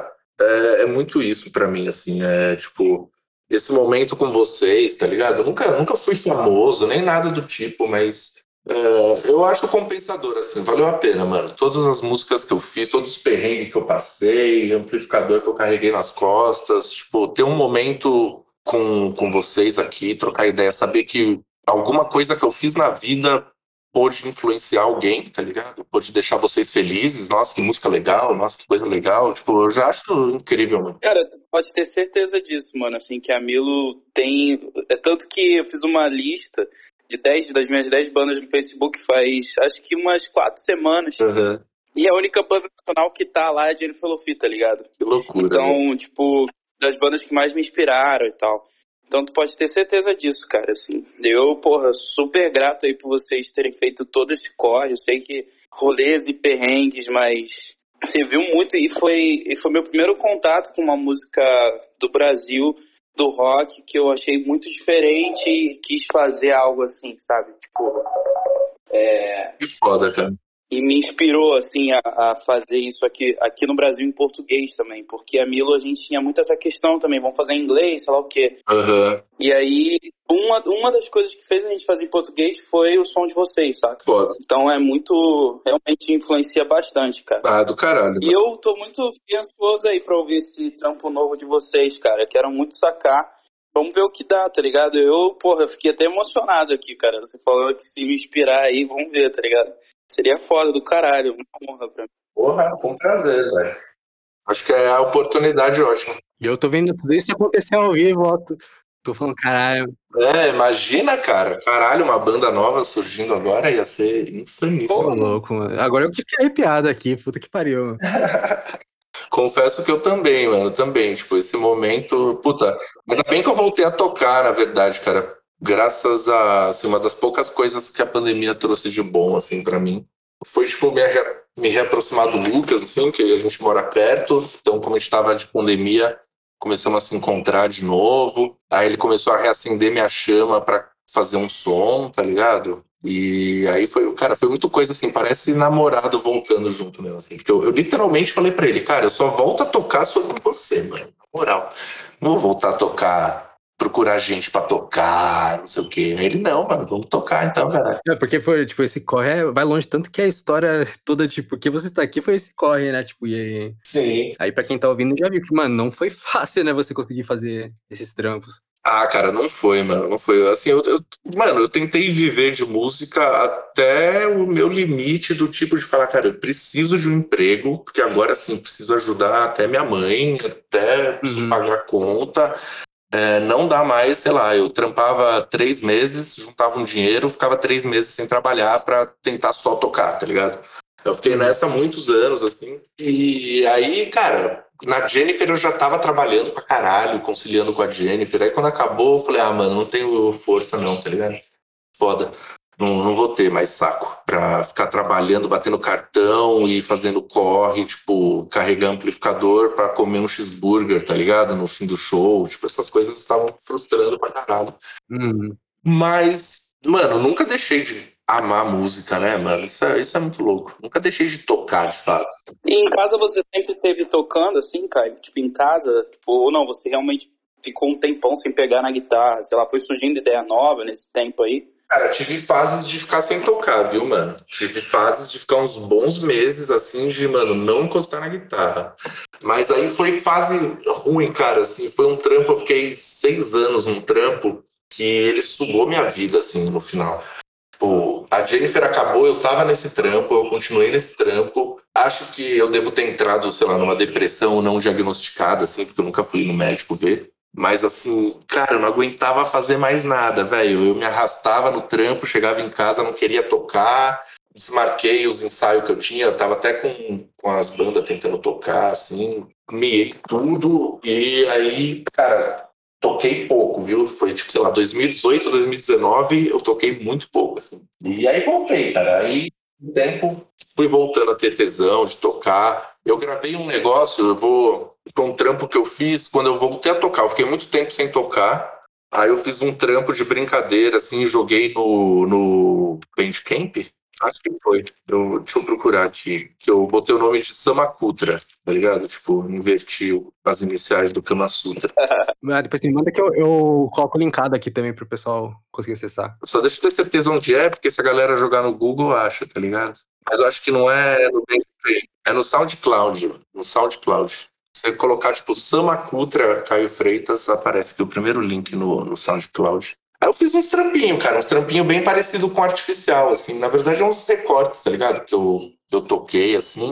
é muito isso pra mim, assim, tipo, esse momento com vocês, tá ligado? Eu nunca fui famoso, nem nada do tipo, mas eu acho compensador, assim, valeu a pena, mano. Todas as músicas que eu fiz, todos os perrengues que eu passei, amplificador que eu carreguei nas costas, tipo, ter um momento com vocês aqui, trocar ideia, saber que alguma coisa que eu fiz na vida pôde influenciar alguém, tá ligado? Pôde deixar vocês felizes. Nossa, que música legal, nossa, que coisa legal. Tipo, eu já acho incrível, mano. Cara, tu pode ter certeza disso, mano. Assim, que a Milo tem... É tanto que eu fiz uma lista de das minhas 10 bandas no Facebook faz, acho que umas 4 semanas. Uhum. E a única banda nacional que tá lá é Jennifer Lopez, tá ligado? Que loucura. Então, né? tipo, das bandas que mais me inspiraram e tal. Então tu pode ter certeza disso, cara, assim. Eu, porra, super grato aí por vocês terem feito todo esse corre. Eu sei que rolês e perrengues, mas você viu muito e foi meu primeiro contato com uma música do Brasil, do rock, que eu achei muito diferente e quis fazer algo assim, sabe? Tipo, Que foda, cara. e me inspirou, assim, a fazer isso aqui no Brasil em português também, porque a Milo, a gente tinha muito essa questão também, vamos fazer em inglês, sei lá o quê. Uhum. E aí, uma das coisas que fez a gente fazer em português foi o som de vocês, sabe? Foda. Então é muito, realmente influencia bastante, cara. Ah, do caralho. E eu tô muito ansioso aí pra ouvir esse trampo novo de vocês, cara. Eu quero muito sacar. Vamos ver o que dá, tá ligado? Eu fiquei até emocionado aqui, cara. Você falou que se me inspirar aí, vamos ver, tá ligado? Seria foda do caralho, uma honra pra mim. Porra, com prazer, velho. Acho que é a oportunidade ótima. E eu tô vendo tudo isso acontecer ao vivo, ó. Tô falando, caralho. Imagina, cara. Caralho, uma banda nova surgindo agora ia ser insaníssimo. Pô, louco, mano. Agora eu que fiquei arrepiado aqui, puta que pariu. Mano. Confesso que eu também, mano, também. Tipo, esse momento, puta, ainda bem que eu voltei a tocar, na verdade, cara. Graças a, assim, uma das poucas coisas que a pandemia trouxe de bom, assim, pra mim. Foi, tipo, me reaproximar do Lucas, assim, que a gente mora perto. Então, como a gente tava de pandemia, começamos a se encontrar de novo. Aí ele começou a reacender minha chama pra fazer um som, tá ligado? E aí foi muito coisa assim, parece namorado voltando junto mesmo, assim. Porque eu literalmente falei pra ele, cara, eu só volto a tocar sobre você, mano. Na moral. Não vou voltar a tocar, procurar gente pra tocar, não sei o quê. Aí ele, não, mano, vamos tocar então, caralho. É, porque foi, tipo, esse corre vai longe, tanto que a história toda, tipo, que você tá aqui foi esse corre, né? Tipo, e Sim. aí pra quem tá ouvindo já viu que, mano, não foi fácil, né, você conseguir fazer esses trampos. Ah, cara, não foi, mano, não foi. Assim, mano, eu tentei viver de música até o meu limite do tipo de falar, cara, eu preciso de um emprego, porque agora, assim, preciso ajudar até minha mãe, até preciso pagar conta. Não dá mais, sei lá, eu trampava 3 meses, juntava um dinheiro, ficava 3 meses sem trabalhar pra tentar só tocar, tá ligado? Eu fiquei nessa há muitos anos, assim. E aí, cara, na Jennifer eu já tava trabalhando pra caralho, conciliando com a Jennifer. Aí quando acabou, eu falei, mano, não tenho força não, tá ligado? Foda. Não vou ter mais saco pra ficar trabalhando, batendo cartão e fazendo corre, tipo, carregar amplificador pra comer um cheeseburger, tá ligado? No fim do show. Tipo, essas coisas estavam frustrando pra caralho. Mas, mano, nunca deixei de amar música, né, mano? Isso é muito louco. Nunca deixei de tocar, de fato. E em casa você sempre esteve tocando, assim, Caio? Tipo, em casa? Tipo, ou não, você realmente ficou um tempão sem pegar na guitarra? Sei lá, foi surgindo ideia nova nesse tempo aí? Cara, tive fases de ficar sem tocar, viu, mano? Tive fases de ficar uns bons meses, assim, de, mano, não encostar na guitarra. Mas aí foi fase ruim, cara, assim, foi um trampo, eu fiquei 6 anos num trampo que ele sugou minha vida, assim, no final. Tipo, a Jennifer acabou, eu tava nesse trampo, eu continuei nesse trampo. Acho que eu devo ter entrado, sei lá, numa depressão não diagnosticada, assim, porque eu nunca fui no médico ver. Mas assim, cara, eu não aguentava fazer mais nada, velho. Eu me arrastava no trampo, chegava em casa, não queria tocar, desmarquei os ensaios que eu tinha, eu tava até com as bandas tentando tocar, assim, miei tudo, e aí, cara, toquei pouco, viu? Foi tipo, sei lá, 2018, 2019, eu toquei muito pouco, assim. E aí voltei, cara. Aí, com o tempo, fui voltando a ter tesão de tocar. Eu gravei um negócio, foi um trampo que eu fiz quando eu voltei a tocar. Eu fiquei muito tempo sem tocar. Aí eu fiz um trampo de brincadeira, assim, joguei no Bandcamp. Acho que foi. Deixa eu procurar aqui. Que eu botei o nome de Samakutra, tá ligado? Tipo, inverti as iniciais do Kama Sutra. Depois você me manda que eu coloco linkado aqui também pro pessoal conseguir acessar. Só deixa eu ter certeza onde é, porque se a galera jogar no Google, acha, tá ligado? Mas eu acho que não é no Bandcamp. É no SoundCloud. No SoundCloud. Se você colocar, tipo, Samakutra, Caio Freitas, aparece aqui o primeiro link no SoundCloud. Aí eu fiz uns trampinhos, cara. Uns trampinhos bem parecidos com artificial, assim. Na verdade, é uns recortes, tá ligado? Que eu toquei, assim.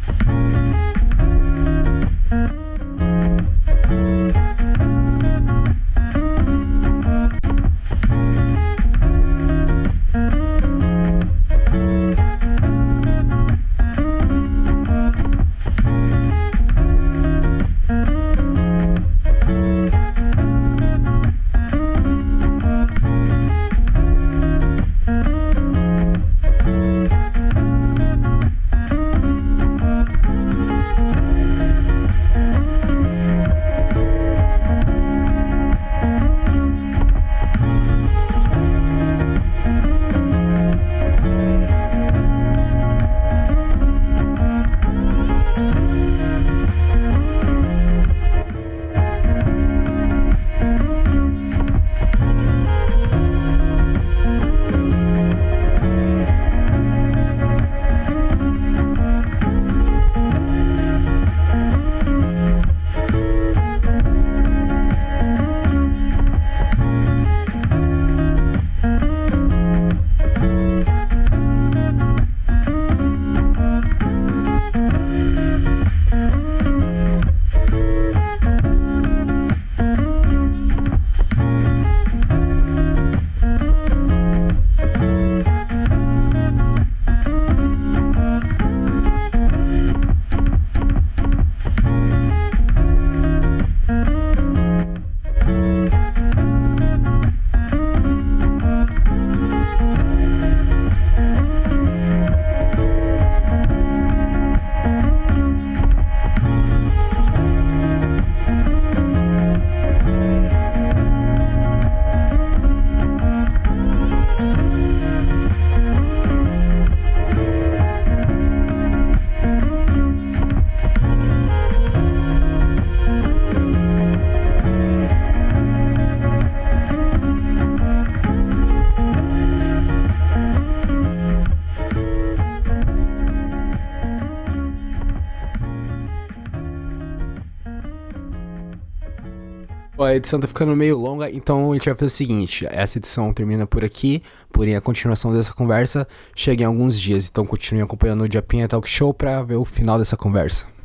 A edição tá ficando meio longa, então a gente vai fazer o seguinte: essa edição termina por aqui, porém a continuação dessa conversa chega em alguns dias, então continue acompanhando o Japinha Talk Show pra ver o final dessa conversa.